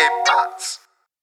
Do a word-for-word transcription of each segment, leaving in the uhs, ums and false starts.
¿Qué pasa?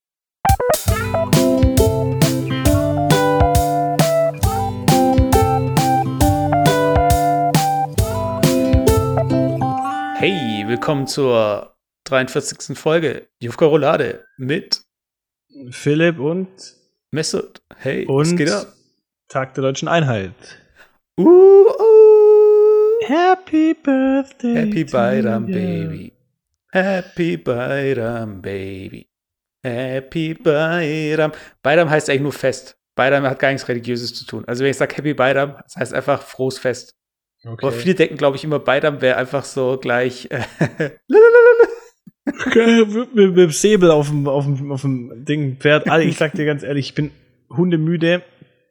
Hey, willkommen zur dreiundvierzigsten Folge Jufka Roulade mit Philipp und Mesut. Hey, und was geht ab? Tag der Deutschen Einheit. Uh, uh. Happy Birthday Happy to Bayram, you. Baby. Happy Bayram, Baby. Happy Bayram. Bayram heißt eigentlich nur Fest. Bayram hat gar nichts Religiöses zu tun. Also wenn ich sage Happy Bayram, das heißt einfach frohes Fest. Okay. Aber viele denken, glaube ich, immer Bayram wäre einfach so gleich äh, mit, mit dem Säbel auf dem, auf dem, auf dem Ding Pferd. Alter, ich sag dir ganz ehrlich, ich bin hundemüde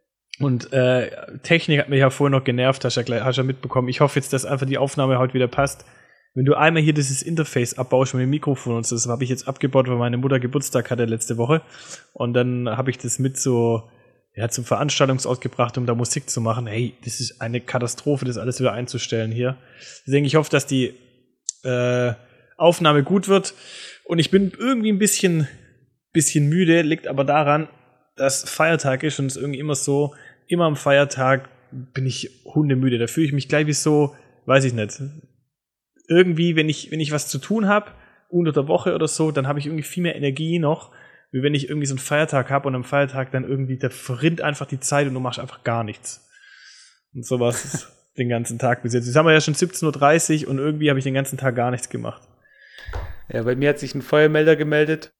und äh, Technik hat mich ja vorher noch genervt, hast du ja, gleich- hast du ja mitbekommen. Ich hoffe jetzt, dass einfach die Aufnahme heute wieder passt. Wenn du einmal hier dieses Interface abbaust mit dem Mikrofon und so, das habe ich jetzt abgebaut, weil meine Mutter Geburtstag hatte letzte Woche. Und dann habe ich das mit so ja, zum Veranstaltungsort gebracht, um da Musik zu machen. Hey, das ist eine Katastrophe, das alles wieder einzustellen hier. Deswegen, ich hoffe, dass die äh, Aufnahme gut wird. Und ich bin irgendwie ein bisschen, bisschen müde, liegt aber daran, dass Feiertag ist und es ist irgendwie immer so, immer am Feiertag bin ich hundemüde. Da fühle ich mich gleich wie so, weiß ich nicht. Irgendwie, wenn ich, wenn ich was zu tun habe, unter der Woche oder so, dann habe ich irgendwie viel mehr Energie noch, wie wenn ich irgendwie so einen Feiertag habe und am Feiertag dann irgendwie, da verrinnt einfach die Zeit und du machst einfach gar nichts. Und sowas den ganzen Tag bis jetzt. Jetzt haben wir ja schon siebzehn Uhr dreißig und irgendwie habe ich den ganzen Tag gar nichts gemacht. Ja, bei mir hat sich ein Feuermelder gemeldet,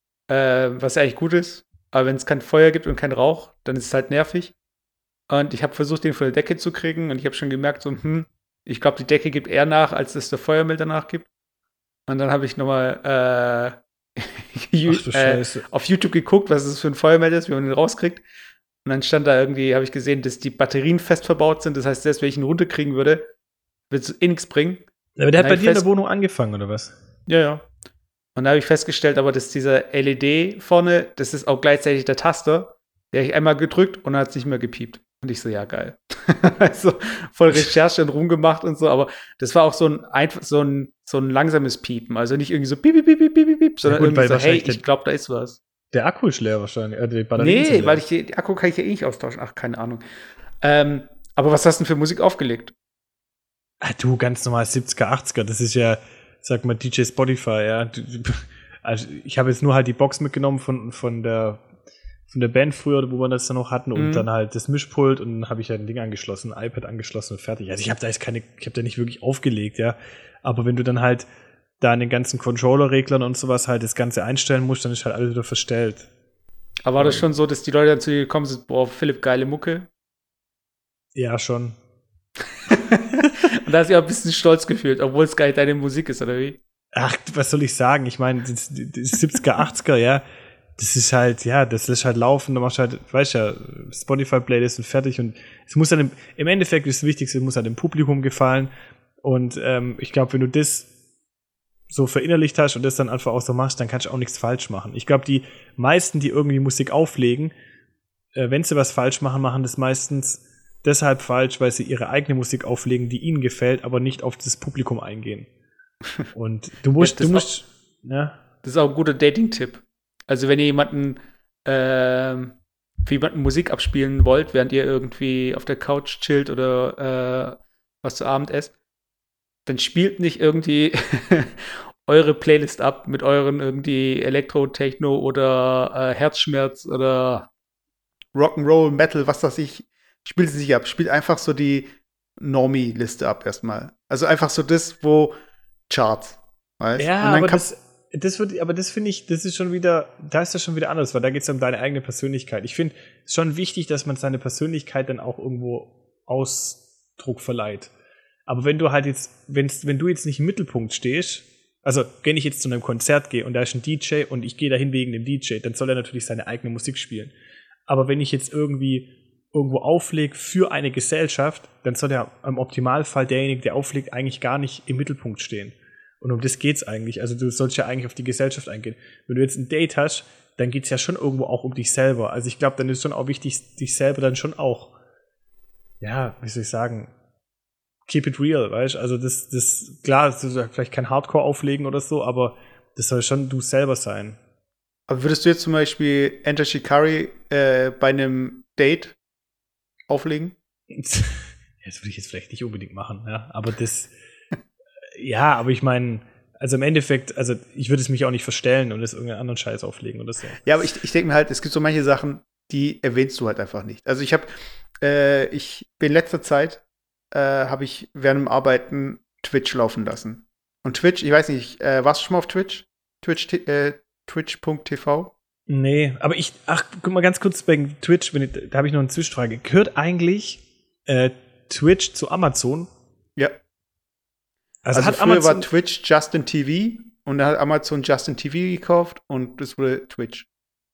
äh, was ja eigentlich gut ist. Aber wenn es kein Feuer gibt und kein Rauch, dann ist es halt nervig. Und ich habe versucht, den von der Decke zu kriegen. Und ich habe schon gemerkt, so, hm, ich glaube, die Decke gibt eher nach, als dass der Feuermelder nachgibt. Und dann habe ich nochmal äh, Ach du äh, Scheiße. auf YouTube geguckt, was es für ein Feuermelder ist, wie man den rauskriegt. Und dann stand da irgendwie, habe ich gesehen, dass die Batterien fest verbaut sind. Das heißt, selbst wenn ich ihn runterkriegen würde, wird es eh nichts bringen. Aber der Dann hat bei hab ich dir in der fest- Wohnung angefangen, oder was? Ja, ja. Und da habe ich festgestellt, aber dass dieser L E D vorne, das ist auch gleichzeitig der Taster. Der habe ich einmal gedrückt und dann hat es nicht mehr gepiept. Und ich so, ja, geil. Also voll Recherche und rumgemacht und so, aber das war auch so ein, einfach so ein, so ein langsames Piepen. Also nicht irgendwie so piep, piep, piep, piep, piep, piep, sondern gut, irgendwie weil so, hey, wahrscheinlich ich der- glaube, da ist was. Der Akku ist leer wahrscheinlich. Äh, die Batterien sind Nee, leer. weil ich die, die Akku kann ich ja eh nicht austauschen. Ach, keine Ahnung. Ähm, aber was hast du denn für Musik aufgelegt? Ah, du, ganz normal siebziger, achtziger, das ist ja, sag mal, D J Spotify, ja. Du- du- Also ich habe jetzt nur halt die Box mitgenommen von, von der von der Band früher, wo wir das dann noch hatten und Mhm. dann halt das Mischpult und dann habe ich halt ein Ding angeschlossen, ein iPad angeschlossen und fertig. Also ich habe da jetzt keine, ich habe da nicht wirklich aufgelegt, ja. Aber wenn du dann halt da an den ganzen Controller-Reglern und sowas halt das Ganze einstellen musst, dann ist halt alles wieder verstellt. Aber war das schon so, dass die Leute dann zu dir gekommen sind, boah, Philipp, geile Mucke? Ja, schon. Und da hast du dich auch ein bisschen stolz gefühlt, obwohl es gar nicht deine Musik ist, oder wie? Ach, was soll ich sagen? Ich meine, das, das siebziger, achtziger, ja, das ist halt, ja, das lässt halt laufen, da machst du halt, weißt ja, Spotify-Playlist und fertig und es muss dann, im, im Endeffekt ist das Wichtigste, es muss halt dem Publikum gefallen und ähm, ich glaube, wenn du das so verinnerlicht hast und das dann einfach auch so machst, dann kannst du auch nichts falsch machen. Ich glaube, die meisten, die irgendwie Musik auflegen, äh, wenn sie was falsch machen, machen das meistens deshalb falsch, weil sie ihre eigene Musik auflegen, die ihnen gefällt, aber nicht auf das Publikum eingehen. Und du musst, das du musst, ja, Das ist auch ein guter Dating-Tipp. Also wenn ihr jemanden ähm, für jemanden Musik abspielen wollt, während ihr irgendwie auf der Couch chillt oder äh, was zu Abend esst, dann spielt nicht irgendwie eure Playlist ab mit euren irgendwie Elektro, Techno oder äh, Herzschmerz oder Rock'n'Roll, Metal, was das ich. Spielt sie nicht ab. Spielt einfach so die Normie-Liste ab erstmal. Also einfach so das, wo Charts. Weißt? ja, Und dann aber kann- das, das wird, aber das finde ich, das ist schon wieder, da ist das schon wieder anders, weil da geht es um deine eigene Persönlichkeit. Ich finde es schon wichtig, dass man seine Persönlichkeit dann auch irgendwo Ausdruck verleiht. Aber wenn du halt jetzt, wenn's, wenn du jetzt nicht im Mittelpunkt stehst, also wenn ich jetzt zu einem Konzert gehe und da ist ein D J und ich gehe dahin wegen dem D J, dann soll er natürlich seine eigene Musik spielen. Aber wenn ich jetzt irgendwie irgendwo auflege für eine Gesellschaft, dann soll ja im Optimalfall derjenige, der auflegt, eigentlich gar nicht im Mittelpunkt stehen. Und um das geht's eigentlich. Also du sollst ja eigentlich auf die Gesellschaft eingehen. Wenn du jetzt ein Date hast, dann geht's ja schon irgendwo auch um dich selber. Also ich glaube, dann ist schon auch wichtig, dich selber dann schon auch, ja, wie soll ich sagen, keep it real, weißt du? Also das, das, klar, das ist ja vielleicht kein Hardcore auflegen oder so, aber das soll schon du selber sein. Aber würdest du jetzt zum Beispiel Enter Shikari äh, bei einem Date auflegen? Das würde ich jetzt vielleicht nicht unbedingt machen, ja. Aber das, ja, aber ich meine, also im Endeffekt, also ich würde es mich auch nicht verstellen und es irgendeinen anderen Scheiß auflegen oder so. Ja, aber ich, ich denke mir halt, es gibt so manche Sachen, die erwähnst du halt einfach nicht. Also ich habe, äh, ich bin in letzter Zeit, äh, habe ich während dem Arbeiten Twitch laufen lassen. Und Twitch, ich weiß nicht, äh, warst du schon mal auf Twitch? Twitch, äh, twitch punkt t v? Nee, aber ich, ach, guck mal ganz kurz bei Twitch, wenn ich, da habe ich noch eine Zwischenfrage. Gehört eigentlich äh, Twitch zu Amazon? Ja. Also, Also hat früher Amazon war Twitch Justin T V und dann hat Amazon Justin T V gekauft und das wurde Twitch.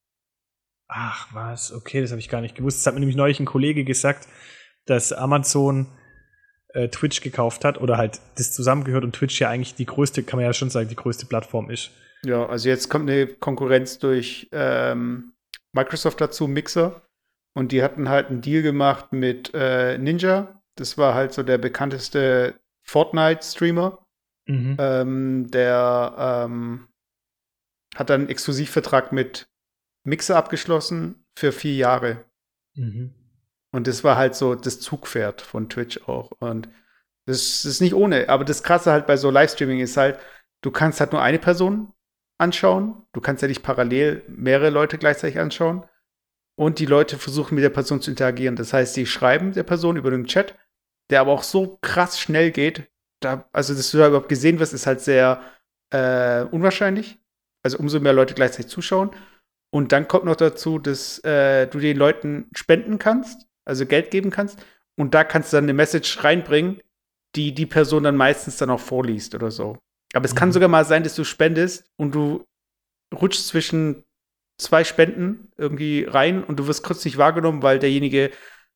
Ach, was? Okay, das habe ich gar nicht gewusst. Das hat mir nämlich neulich ein Kollege gesagt, dass Amazon äh, Twitch gekauft hat oder halt das zusammengehört und Twitch ja eigentlich die größte, kann man ja schon sagen, die größte Plattform ist. Ja, also jetzt kommt eine Konkurrenz durch ähm, Microsoft dazu, Mixer. Und die hatten halt einen Deal gemacht mit äh, Ninja. Das war halt so der bekannteste Fortnite-Streamer. Mhm. Ähm, der ähm, hat dann einen Exklusivvertrag mit Mixer abgeschlossen für vier Jahre. Mhm. Und das war halt so das Zugpferd von Twitch auch. Und das ist nicht ohne. Aber das Krasse halt bei so Livestreaming ist halt, du kannst halt nur eine Person anschauen. Du kannst ja nicht parallel mehrere Leute gleichzeitig anschauen. Und die Leute versuchen mit der Person zu interagieren. Das heißt, sie schreiben der Person über den Chat, der aber auch so krass schnell geht. Da, also, dass du da überhaupt gesehen wirst, ist halt sehr äh, unwahrscheinlich. Also, umso mehr Leute gleichzeitig zuschauen. Und dann kommt noch dazu, dass äh, du den Leuten spenden kannst, also Geld geben kannst. Und da kannst du dann eine Message reinbringen, die die Person dann meistens dann auch vorliest oder so. Aber es mhm. kann sogar mal sein, dass du spendest und du rutschst zwischen zwei Spenden irgendwie rein und du wirst kurz nicht wahrgenommen, weil derjenige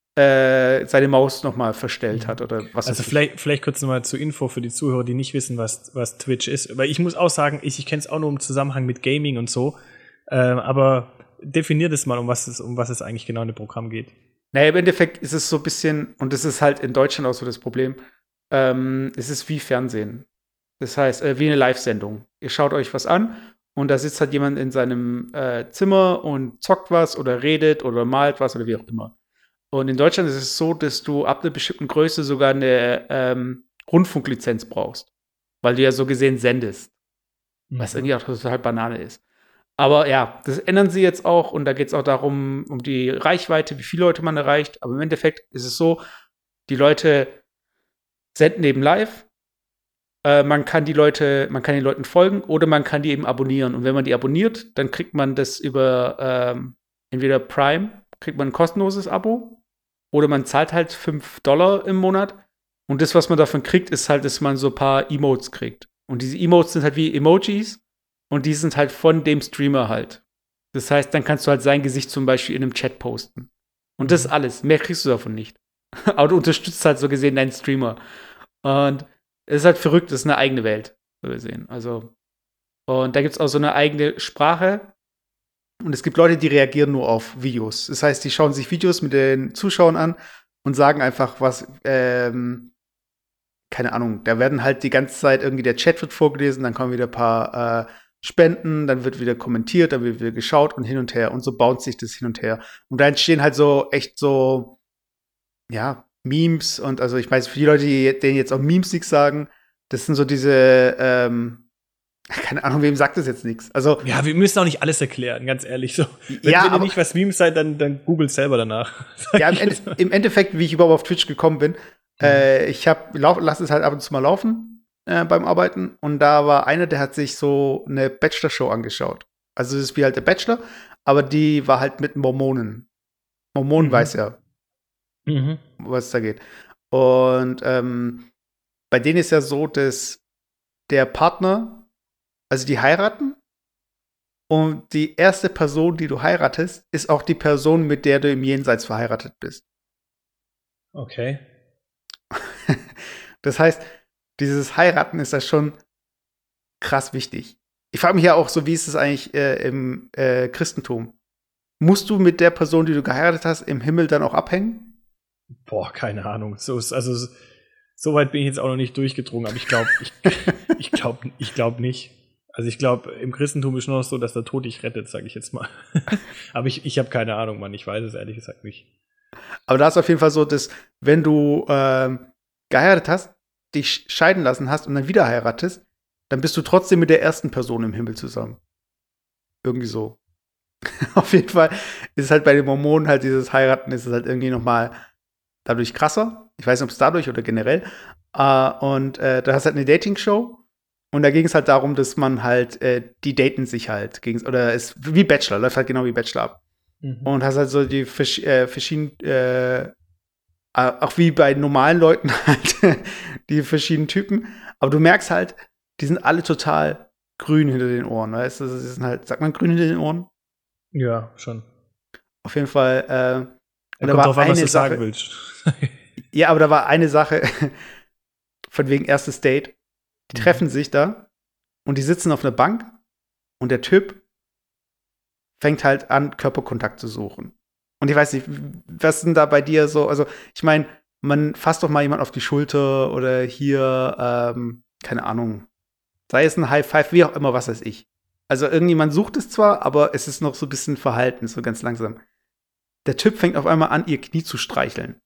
äh, seine Maus noch mal verstellt hat oder was. Also vielleicht, vielleicht kurz noch mal zur Info für die Zuhörer, die nicht wissen, was, was Twitch ist. Weil ich muss auch sagen, ich, ich kenne es auch nur im Zusammenhang mit Gaming und so. Ähm, aber definier das mal, um was es, um was es eigentlich genau in dem Programm geht. Naja, im Endeffekt ist es so ein bisschen, und das ist halt in Deutschland auch so das Problem, ähm, es ist wie Fernsehen. Das heißt, äh, wie eine Live-Sendung. Ihr schaut euch was an und da sitzt halt jemand in seinem äh, Zimmer und zockt was oder redet oder malt was oder wie auch immer. Und in Deutschland ist es so, dass du ab einer bestimmten Größe sogar eine ähm, Rundfunklizenz brauchst. Weil du ja so gesehen sendest. Mhm. Was irgendwie auch total Banane ist. Aber ja, das ändern sie jetzt auch und da geht es auch darum, um die Reichweite, wie viele Leute man erreicht. Aber im Endeffekt ist es so, die Leute senden eben live. Äh, man kann die Leute, man kann den Leuten folgen oder man kann die eben abonnieren. Und wenn man die abonniert, dann kriegt man das über ähm, entweder Prime, kriegt man ein kostenloses Abo oder man zahlt halt fünf Dollar im Monat. Und das, was man davon kriegt, ist halt, dass man so ein paar Emotes kriegt. Und diese Emotes sind halt wie Emojis. Und die sind halt von dem Streamer halt. Das heißt, dann kannst du halt sein Gesicht zum Beispiel in einem Chat posten. Und das ist alles. Mehr kriegst du davon nicht. Aber du unterstützt halt so gesehen deinen Streamer. Und es ist halt verrückt, das ist eine eigene Welt, so gesehen. Also, und da gibt es auch so eine eigene Sprache. Und es gibt Leute, die reagieren nur auf Videos. Das heißt, die schauen sich Videos mit den Zuschauern an und sagen einfach, was, ähm, keine Ahnung, da werden halt die ganze Zeit irgendwie der Chat wird vorgelesen, dann kommen wieder ein paar äh, Spenden, dann wird wieder kommentiert, dann wird wieder geschaut und hin und her und so baut sich das hin und her. Und da entstehen halt so echt so, ja, Memes und also ich weiß, für die Leute, die denen jetzt auch Memes nichts sagen, das sind so diese, ähm, keine Ahnung, wem sagt das jetzt nichts. Also ja, wir müssen auch nicht alles erklären, ganz ehrlich. So, wenn, ja, wenn aber, ihr nicht was Memes seid, dann, dann googelt selber danach. Ja, im, Ende, im Endeffekt, wie ich überhaupt auf Twitch gekommen bin, mhm. äh, ich hab, lass es halt ab und zu mal laufen. Äh, beim Arbeiten und da war einer, der hat sich so eine Bachelor-Show angeschaut. Also das ist wie halt der Bachelor, aber die war halt mit Mormonen. Mormonen mhm. weiß ja, mhm. was da geht. Und ähm, bei denen ist ja so, dass der Partner, also die heiraten und die erste Person, die du heiratest, ist auch die Person, mit der du im Jenseits verheiratet bist. Okay. Das heißt, dieses Heiraten ist da schon krass wichtig. Ich frage mich ja auch so, wie ist es eigentlich äh, im äh, Christentum? Musst du mit der Person, die du geheiratet hast, im Himmel dann auch abhängen? Boah, keine Ahnung. So ist, also so weit bin ich jetzt auch noch nicht durchgedrungen, aber ich glaube, ich, ich glaube, ich glaube nicht. Also ich glaube, im Christentum ist nur noch so, dass der Tod dich rettet, sage ich jetzt mal. Aber ich, ich habe keine Ahnung, Mann. Ich weiß es ehrlich gesagt nicht. Aber da ist auf jeden Fall so, dass wenn du ähm, geheiratet hast, dich scheiden lassen hast und dann wieder heiratest, dann bist du trotzdem mit der ersten Person im Himmel zusammen. Irgendwie so. Auf jeden Fall ist es halt bei den Mormonen halt dieses Heiraten ist es halt irgendwie noch mal dadurch krasser. Ich weiß nicht, ob es dadurch oder generell. Uh, und äh, da hast halt eine Dating-Show. Und da ging es halt darum, dass man halt, äh, die daten sich halt. Gegen, oder ist wie Bachelor, läuft halt genau wie Bachelor ab. Mhm. Und hast halt so die vers- äh, verschiedenen, äh, auch wie bei normalen Leuten halt, die verschiedenen Typen. Aber du merkst halt, die sind alle total grün hinter den Ohren, weißt du? Das sind halt, sagt man grün hinter den Ohren? Ja, schon. Auf jeden Fall. Äh, und da kommt drauf an, was du sagen willst. Ja, aber da war eine Sache, von wegen erstes Date. Die treffen mhm. sich da und die sitzen auf einer Bank und der Typ fängt halt an, Körperkontakt zu suchen. Und ich weiß nicht, was ist denn da bei dir so? Also, ich meine, man fasst doch mal jemand auf die Schulter oder hier, ähm, keine Ahnung, sei es ein High Five, wie auch immer, was weiß ich. Also, irgendjemand sucht es zwar, aber es ist noch so ein bisschen verhalten, so ganz langsam. Der Typ fängt auf einmal an, ihr Knie zu streicheln.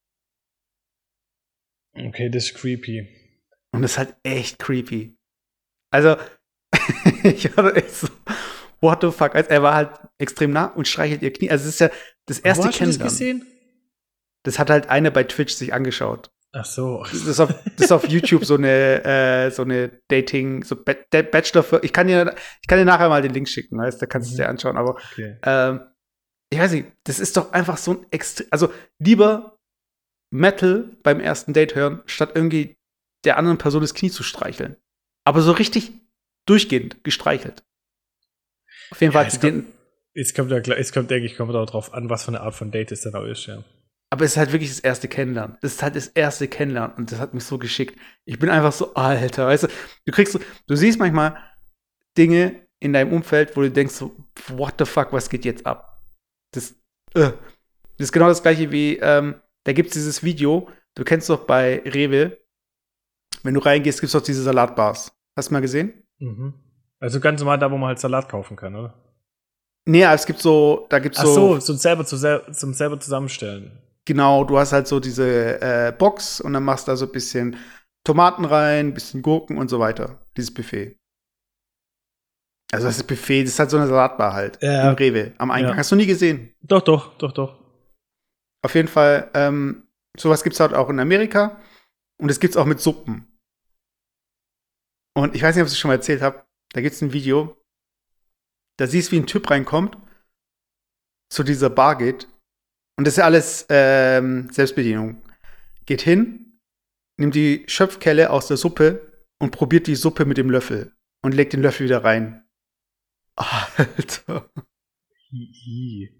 Okay, das ist creepy. Und das ist halt echt creepy. Also, ich war echt so, what the fuck? Also, er war halt extrem nah und streichelt ihr Knie. Also, es ist ja das erste Kennenlernen. Wo hast du das gesehen? Das hat halt eine bei Twitch sich angeschaut. Ach so. Das ist auf, das ist auf YouTube so eine, äh, so eine Dating, so ba- Bachelor für, ich kann dir, ich kann dir nachher mal den Link schicken, weißt, da kannst du mhm. es dir anschauen, aber okay. ähm, ich weiß nicht, das ist doch einfach so ein extrem, also lieber Metal beim ersten Date hören, statt irgendwie der anderen Person das Knie zu streicheln. Aber so richtig durchgehend gestreichelt. Auf jeden Fall. Ja, es, kommt, es, kommt, es kommt, denke ich, kommt auch drauf an, was für eine Art von Date es dann auch ist, ja. Aber es ist halt wirklich das erste Kennenlernen. Das ist halt das erste Kennenlernen und das hat mich so geschickt. Ich bin einfach so, Alter, weißt du, du kriegst so, du siehst manchmal Dinge in deinem Umfeld, wo du denkst so, what the fuck, was geht jetzt ab? Das, äh, das ist genau das gleiche wie, ähm, da gibt's dieses Video, du kennst doch bei Rewe, wenn du reingehst, gibt's doch diese Salatbars. Hast du mal gesehen? Mhm. Also ganz normal da, wo man halt Salat kaufen kann, oder? Nee, aber es gibt so, da gibt's Ach so, so selber zu sel- zum selber zusammenstellen. Genau, du hast halt so diese äh, Box und dann machst da so ein bisschen Tomaten rein, ein bisschen Gurken und so weiter. Dieses Buffet. Also das ist Buffet, das ist halt so eine Salatbar halt. Ja. Im Rewe, am Eingang. Ja. Hast du nie gesehen? Doch, doch, doch, doch. Auf jeden Fall, ähm, sowas gibt's halt auch in Amerika. Und es gibt's auch mit Suppen. Und ich weiß nicht, ob ich es schon mal erzählt habe. Da gibt's ein Video. Da siehst du, wie ein Typ reinkommt, zu dieser Bar geht. Und das ist ja alles ähm, Selbstbedienung. Geht hin, nimmt die Schöpfkelle aus der Suppe und probiert die Suppe mit dem Löffel. Und legt den Löffel wieder rein. Alter. Wie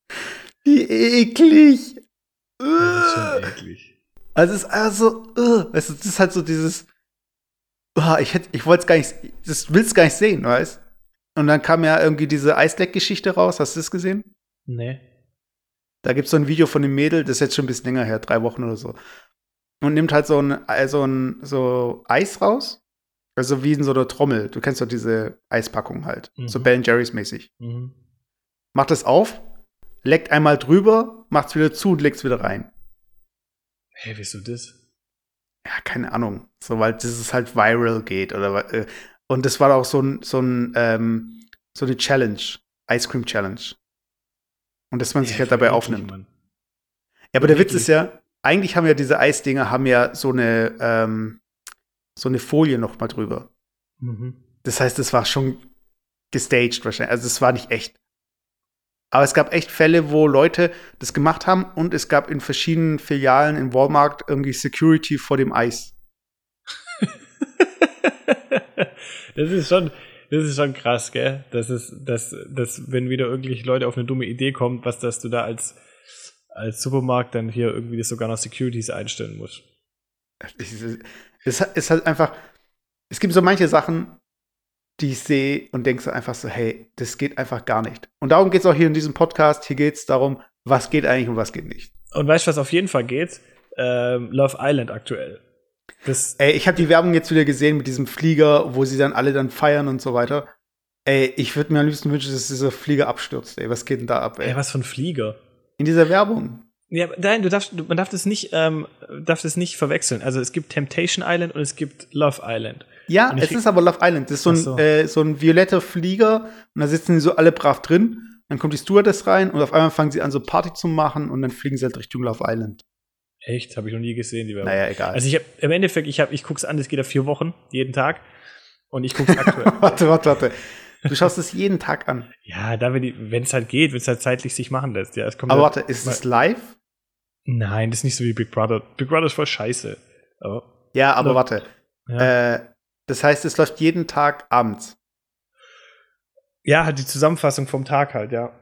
eklig. Das ist schon eklig. Also es ist also, uh, weißt du, das ist halt so dieses, uh, ich hätte, ich wollte es gar nicht, das willst gar nicht sehen, weißt? Und dann kam ja irgendwie diese Eisleck-Geschichte raus. Hast du das gesehen? Nee. Da gibt's so ein Video von dem Mädel, das ist jetzt schon ein bisschen länger her, drei Wochen oder so. Und nimmt halt so ein, so ein so Eis raus. Also wie in so einer Trommel. Du kennst doch diese Eispackung halt. Mhm. So Ben Jerry's mäßig. Mhm. Macht es auf, leckt einmal drüber, macht's wieder zu und legt's wieder rein. Hey, wieso das? Ja, keine Ahnung. So, weil das halt viral geht. Oder, äh, und das war auch so ein, so ein, ähm, so eine Challenge. Ice Cream Challenge. Und dass man sich ja, halt dabei aufnimmt. Mann. Ja, aber der Witz ist ja, eigentlich haben ja diese Eisdinger haben ja so eine, ähm, so eine Folie noch mal drüber. Mhm. Das heißt, es war schon gestaged wahrscheinlich. Also es war nicht echt. Aber es gab echt Fälle, wo Leute das gemacht haben und es gab in verschiedenen Filialen in Walmart irgendwie Security vor dem Eis. Das ist schon, das ist schon krass, gell? Das ist, dass, dass, wenn wieder irgendwelche Leute auf eine dumme Idee kommen, was, dass du da als, als Supermarkt dann hier irgendwie das sogar noch Securities einstellen musst. Es ist halt einfach, es gibt so manche Sachen, die ich sehe und denke so einfach so, hey, das geht einfach gar nicht. Und darum geht es auch hier in diesem Podcast. Hier geht es darum, was geht eigentlich und was geht nicht. Und weißt du, was auf jeden Fall geht? Ähm, Love Island aktuell. Das Ey, ich habe die Werbung jetzt wieder gesehen mit diesem Flieger, wo sie dann alle dann feiern und so weiter. Ey, ich würde mir am liebsten wünschen, dass dieser Flieger abstürzt, ey. Was geht denn da ab, ey? Ey, was für ein Flieger? In dieser Werbung. Ja, nein, du darfst, man darf das nicht, ähm, darf das nicht verwechseln. Also es gibt Temptation Island und es gibt Love Island. Ja, es ist aber Love Island. Das ist so ein, so. Äh, so ein violetter Flieger und da sitzen die so alle brav drin. Dann kommt die Stewardess rein und auf einmal fangen sie an, so Party zu machen und dann fliegen sie halt Richtung Love Island. Echt? Habe ich noch nie gesehen, die Werbung. Naja, egal. Also ich hab, im Endeffekt, ich, hab, ich guck's an, das geht auf vier Wochen, jeden Tag. Und ich guck's aktuell. warte, warte, warte. Du schaust es jeden Tag an. Ja, da, wenn es halt geht, wenn es halt zeitlich sich machen lässt. Ja, es kommt aber halt, warte, ist es live? Nein, das ist nicht so wie Big Brother. Big Brother ist voll scheiße. Aber, ja, aber warte. Ja. Äh, das heißt, es läuft jeden Tag abends. Ja, halt die Zusammenfassung vom Tag halt, ja.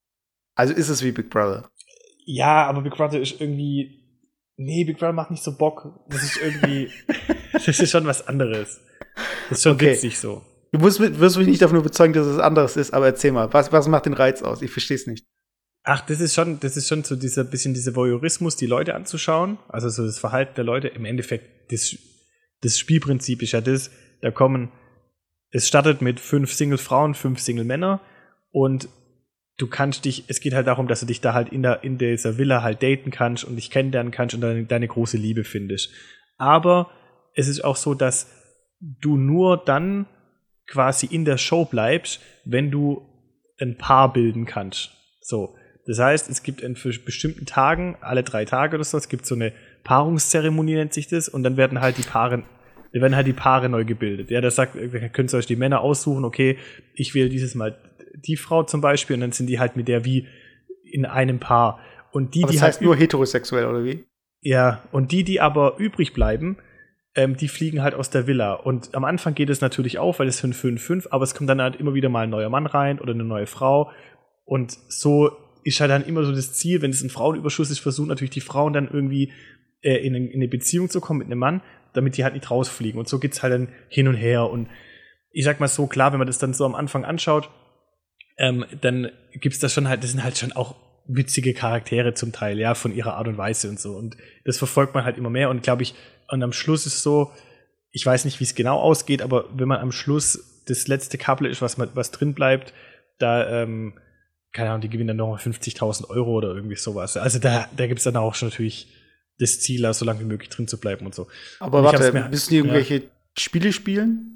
Also ist es wie Big Brother? Ja, aber Big Brother ist irgendwie. Nee, Big Brother macht nicht so Bock. Das ist irgendwie. Das ist schon was anderes. Das ist schon okay. Witzig so. Du musst, wirst mich nicht davon überzeugen, dass es anderes ist, aber erzähl mal, was, was macht den Reiz aus? Ich verstehe es nicht. Ach, das ist schon, das ist schon so dieser bisschen dieser Voyeurismus, die Leute anzuschauen. Also so das Verhalten der Leute. Im Endeffekt, das, das Spielprinzip ist ja das, da kommen, es startet mit fünf Single-Frauen, fünf Single-Männer und du kannst dich, es geht halt darum, dass du dich da halt in der, in dieser Villa halt daten kannst und dich kennenlernen kannst und deine, deine große Liebe findest. Aber es ist auch so, dass du nur dann quasi in der Show bleibst, wenn du ein Paar bilden kannst. So. Das heißt, es gibt in für bestimmten Tagen, alle drei Tage oder so, es gibt so eine Paarungszeremonie, nennt sich das, und dann werden halt die Paare, da werden halt die Paare neu gebildet. Ja, das sagt, da könnt ihr euch die Männer aussuchen, okay, ich wähle dieses Mal die Frau zum Beispiel, und dann sind die halt mit der wie in einem Paar. Und die, aber das die heißt halt nur heterosexuell, oder wie? Ja, und die, die aber übrig bleiben, ähm, die fliegen halt aus der Villa. Und am Anfang geht es natürlich auf, weil es fünf fünf fünf, aber es kommt dann halt immer wieder mal ein neuer Mann rein oder eine neue Frau. Und so ist halt dann immer so das Ziel, wenn es ein Frauenüberschuss ist, versuchen natürlich die Frauen dann irgendwie äh, in, in eine Beziehung zu kommen mit einem Mann, damit die halt nicht rausfliegen. Und so geht's halt dann hin und her. Und ich sag mal so, klar, wenn man das dann so am Anfang anschaut, ähm, dann gibt's das schon halt, das sind halt schon auch witzige Charaktere zum Teil, ja, von ihrer Art und Weise und so. Und das verfolgt man halt immer mehr. Und glaube ich, und am Schluss ist so, ich weiß nicht, wie es genau ausgeht, aber wenn man am Schluss das letzte Couple ist, was, man, was drin bleibt, da, ähm, keine Ahnung, die gewinnen dann nochmal fünfzigtausend Euro oder irgendwie sowas. Also da, da gibt es dann auch schon natürlich das Ziel, so lange wie möglich drin zu bleiben und so. Aber und warte, müssen die irgendwelche ja. Spiele spielen?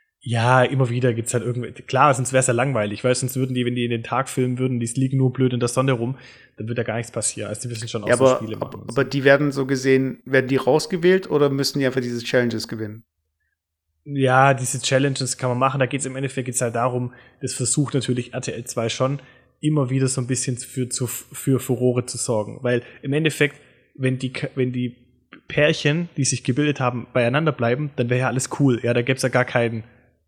Ja, immer wieder gibt's halt irgendwie, klar, sonst wäre es ja langweilig, weil sonst würden die, wenn die in den Tag filmen würden, die liegen nur blöd in der Sonne rum, dann würde da gar nichts passieren. Also die wissen schon auch ja, so aber, Spiele machen. Aber, aber die werden so gesehen, werden die rausgewählt oder müssen die einfach diese Challenges gewinnen? Ja, diese Challenges kann man machen. Da geht's im Endeffekt geht's halt darum, das versucht natürlich R T L zwei schon, immer wieder so ein bisschen für, zu, für Furore zu sorgen. Weil im Endeffekt, wenn die, wenn die Pärchen, die sich gebildet haben, beieinander bleiben, dann wäre ja alles cool. Ja, da gäbe es ja gar keinen,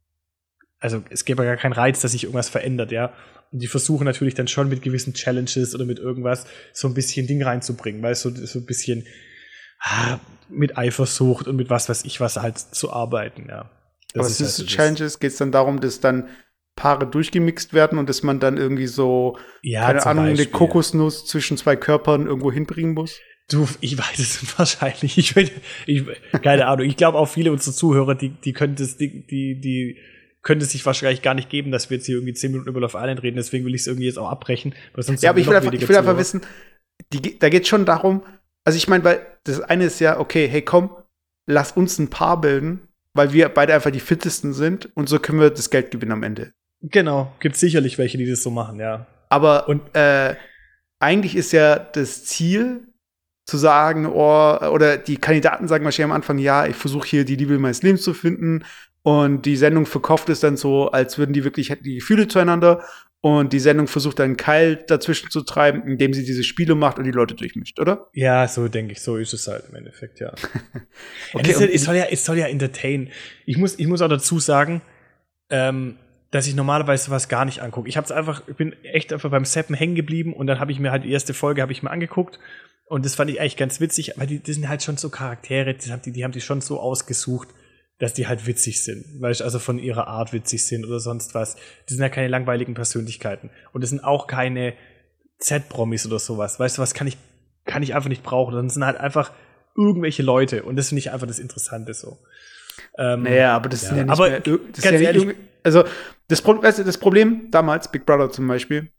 also es gäbe ja gar keinen Reiz, dass sich irgendwas verändert, ja. Und die versuchen natürlich dann schon mit gewissen Challenges oder mit irgendwas so ein bisschen Ding reinzubringen, weil so, so ein bisschen ah, mit Eifersucht und mit was weiß ich was halt zu arbeiten, ja. Das Aber ist halt so Challenges, geht es dann darum, dass dann Paare durchgemixt werden und dass man dann irgendwie so, ja, keine Ahnung, Beispiel. eine Kokosnuss zwischen zwei Körpern irgendwo hinbringen muss? Du, ich weiß es wahrscheinlich. Ich, ich, keine Ahnung. Ich glaube auch viele unserer Zuhörer, die, die können das, die, die, die könnte es sich wahrscheinlich gar nicht geben, dass wir jetzt hier irgendwie zehn Minuten über Love Island reden. Deswegen will ich es irgendwie jetzt auch abbrechen. Weil sonst ja, aber ich will einfach, ich will einfach wissen, die, da geht es schon darum, also ich meine, weil das eine ist ja, okay, hey komm, lass uns ein Paar bilden, weil wir beide einfach die fittesten sind und so können wir das Geld gewinnen am Ende. Genau, gibt sicherlich welche, die das so machen, ja. Aber und äh, eigentlich ist ja das Ziel, zu sagen, oh, oder die Kandidaten sagen wahrscheinlich am Anfang, ja, ich versuche hier die Liebe meines Lebens zu finden. Und die Sendung verkauft es dann so, als würden die wirklich die Gefühle zueinander. Und die Sendung versucht dann einen Keil dazwischen zu treiben, indem sie diese Spiele macht und die Leute durchmischt, oder? Ja, so denke ich, so ist es halt im Endeffekt, ja. Okay, ja, es, soll ja es soll ja entertain. Ich muss, ich muss auch dazu sagen, ähm, dass ich normalerweise sowas gar nicht angucke. Ich hab's einfach, ich bin echt einfach beim Seppen hängen geblieben und dann habe ich mir halt die erste Folge habe ich mir angeguckt und das fand ich eigentlich ganz witzig, weil die, die sind halt schon so Charaktere, die haben die, die haben die schon so ausgesucht, dass die halt witzig sind, weißt, also von ihrer Art witzig sind oder sonst was. Die sind ja keine langweiligen Persönlichkeiten und das sind auch keine Z-Promis oder sowas. Weißt du, was kann ich kann ich einfach nicht brauchen. Das sind halt einfach irgendwelche Leute und das finde ich einfach das Interessante so. Ähm, naja, aber das ja, sind ja nicht aber mehr, das ganz ist ja nicht ehrlich, irgendwie- also das, Pro- weißt du, das Problem damals, Big Brother zum Beispiel,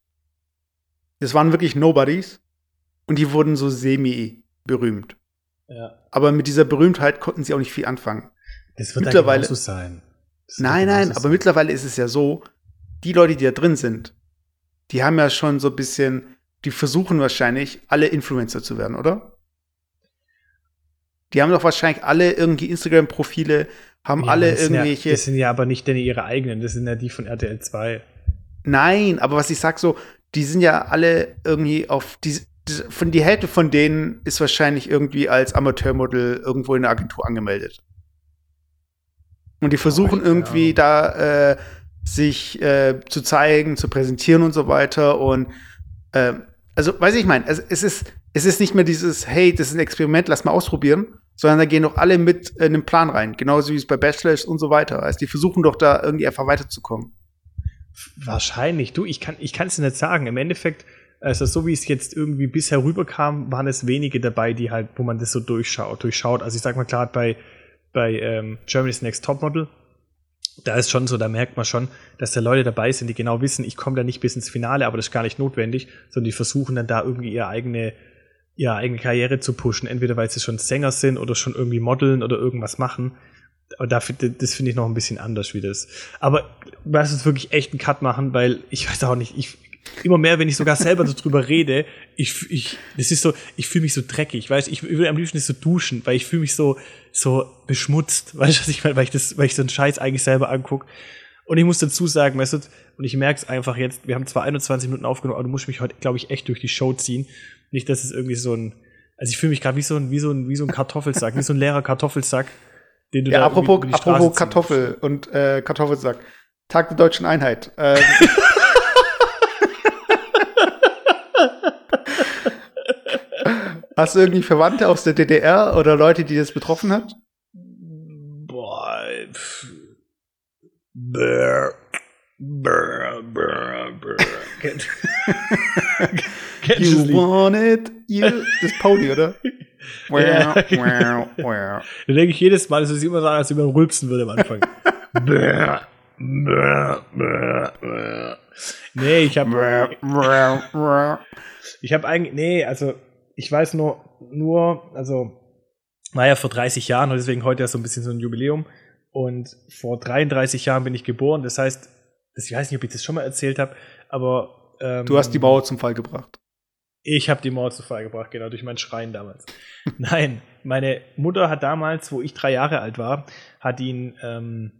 das waren wirklich Nobodies und die wurden so semi-berühmt. ja, Aber mit dieser Berühmtheit konnten sie auch nicht viel anfangen. das wird Mittlerweile- da genauso sein. Das wird da Nein, nein, genauso aber sein. mittlerweile ist es ja so, die Leute, die da drin sind, die haben ja schon so ein bisschen, die versuchen wahrscheinlich, alle Influencer zu werden, oder? Die haben doch wahrscheinlich alle irgendwie Instagram-Profile, haben Ja, alle das sind irgendwelche. Ja, das sind ja aber nicht denn ihre eigenen, das sind ja die von R T L zwei. Nein, aber was ich sag so, die sind ja alle irgendwie auf die, die von die Hälfte von denen ist wahrscheinlich irgendwie als Amateurmodel irgendwo in der Agentur angemeldet. Und die versuchen ich- irgendwie ja. da äh, sich äh, zu zeigen, zu präsentieren und so weiter. Und äh, also, weiß ich, ich meine, also, es ist es ist nicht mehr dieses, hey, das ist ein Experiment, lass mal ausprobieren, sondern da gehen doch alle mit in einen Plan rein, genauso wie es bei Bachelor ist und so weiter. Also die versuchen doch da irgendwie einfach weiterzukommen. Wahrscheinlich. Du, ich kann ich kann es nicht sagen. Im Endeffekt, also so wie es jetzt irgendwie bisher rüberkam, waren es wenige dabei, die halt, wo man das so durchschaut, durchschaut. Also ich sag mal klar, bei, bei ähm, Germany's Next Topmodel, da ist schon so, da merkt man schon, dass da Leute dabei sind, die genau wissen, ich komme da nicht bis ins Finale, aber das ist gar nicht notwendig, sondern die versuchen dann da irgendwie ihre eigene, ihre eigene Karriere zu pushen, entweder weil sie schon Sänger sind oder schon irgendwie modeln oder irgendwas machen. Aber da, das finde ich noch ein bisschen anders wie das. Aber lass uns wirklich echt einen Cut machen, weil ich weiß auch nicht, ich immer mehr, wenn ich sogar selber so drüber rede, ich, ich, das ist so, ich fühle mich so dreckig, weißt, ich will am liebsten nicht so duschen, weil ich fühle mich so, so beschmutzt, weißt du, was ich meine, weil ich das, weil ich so einen Scheiß eigentlich selber angucke. Und ich muss dazu sagen, weißt du, und ich merke es einfach jetzt, wir haben zwar einundzwanzig Minuten aufgenommen, aber du musst mich heute, glaube ich, echt durch die Show ziehen. Nicht, dass es irgendwie so ein, also ich fühle mich gerade wie so ein, wie so ein, wie so ein Kartoffelsack, wie so ein leerer Kartoffelsack, den du Ja, da apropos, über die Straße apropos ziehen Kartoffel und äh, Kartoffelsack. Tag der Deutschen Einheit. Ähm, Hast du irgendwie Verwandte aus der D D R oder Leute, die das betroffen hat? Boah. Pff. Brr. Brr, brr, brr. Kennt- Kennst du das You Lied? want it? You. Das ist Pony, oder? Ja. Wow, wow. Da denke ich jedes Mal, dass es immer sagen, als wenn man rülpsen würde am Anfang. Brr, brr, brr, brr. Nee, ich habe Wow, wow. ich habe eigentlich, nee, also ich weiß nur, nur, also war ja vor dreißig Jahren und deswegen heute ja so ein bisschen so ein Jubiläum. Und vor dreiunddreißig Jahren bin ich geboren. Das heißt, das, ich weiß nicht, ob ich das schon mal erzählt habe, aber ähm, Du hast die Mauer zum Fall gebracht. ich habe die Mauer zu Fall gebracht, genau, durch mein Schreien damals. Nein, meine Mutter hat damals, wo ich drei Jahre alt war, hat ihn ähm,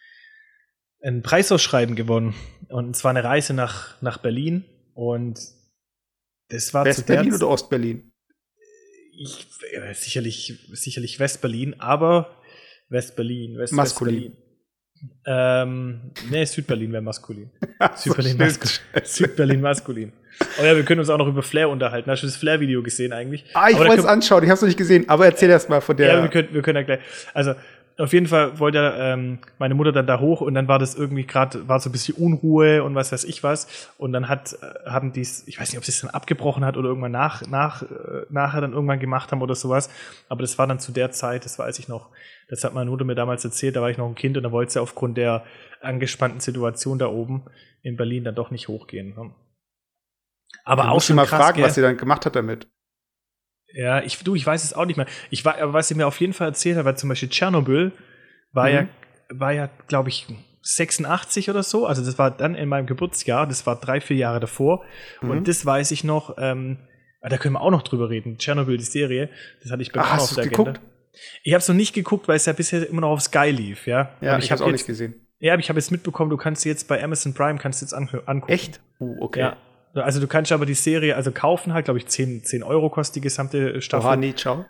ein Preisausschreiben gewonnen. Und zwar eine Reise nach, nach Berlin. Und das war zu der West-Berlin Z- oder Ost-Berlin? ich, äh, sicherlich, sicherlich West-Berlin, aber West-Berlin, West Maskulin. West-Berlin. Ähm, nee, Südberlin wäre maskulin. So, Südberlin, stimmt. maskulin. Südberlin maskulin. Oh ja, wir können uns auch noch über Flair unterhalten. Hast du das Flair-Video gesehen eigentlich? Ah, ich Aber da wollte es können- anschauen, ich habe es noch nicht gesehen, aber erzähl erst mal von der. Ja, wir können, wir können ja gleich. Also, auf jeden Fall wollte ähm, meine Mutter dann da hoch und dann war das irgendwie gerade, war so ein bisschen Unruhe und was weiß ich was. Und dann hat, äh, haben die ich weiß nicht, ob sie es dann abgebrochen hat oder irgendwann nach, nach, äh, nachher dann irgendwann gemacht haben oder sowas. Aber das war dann zu der Zeit, das weiß ich noch, das hat meine Mutter mir damals erzählt, da war ich noch ein Kind und da wollte sie aufgrund der angespannten Situation da oben in Berlin dann doch nicht hochgehen. Ne? Aber Du auch musst sie schon mal krass, fragen, gell? was sie dann gemacht hat damit. Ja, ich, du, ich weiß es auch nicht mehr. Ich war, aber was sie mir auf jeden Fall erzählt hat, war zum Beispiel Tschernobyl, war Mhm. ja, war ja, glaube ich, sechsundachtzig oder so. Also das war dann in meinem Geburtsjahr, das war drei, vier Jahre davor. Mhm. Und das weiß ich noch, ähm, da können wir auch noch drüber reden. Tschernobyl, die Serie, das hatte ich bei Ach, mir hast auf du's der Agenda. geguckt? Ich habe es noch nicht geguckt, weil es ja bisher immer noch auf Sky lief, ja. Ja, Aber ich, ich habe es habe auch nicht jetzt, gesehen. ja, aber ich habe jetzt mitbekommen, du kannst jetzt bei Amazon Prime kannst du jetzt anhö- angucken. Echt? Uh, okay. Ja. Also du kannst aber die Serie also kaufen, halt, glaube ich, zehn, zehn Euro kostet die gesamte Staffel. Oha, nee, ciao.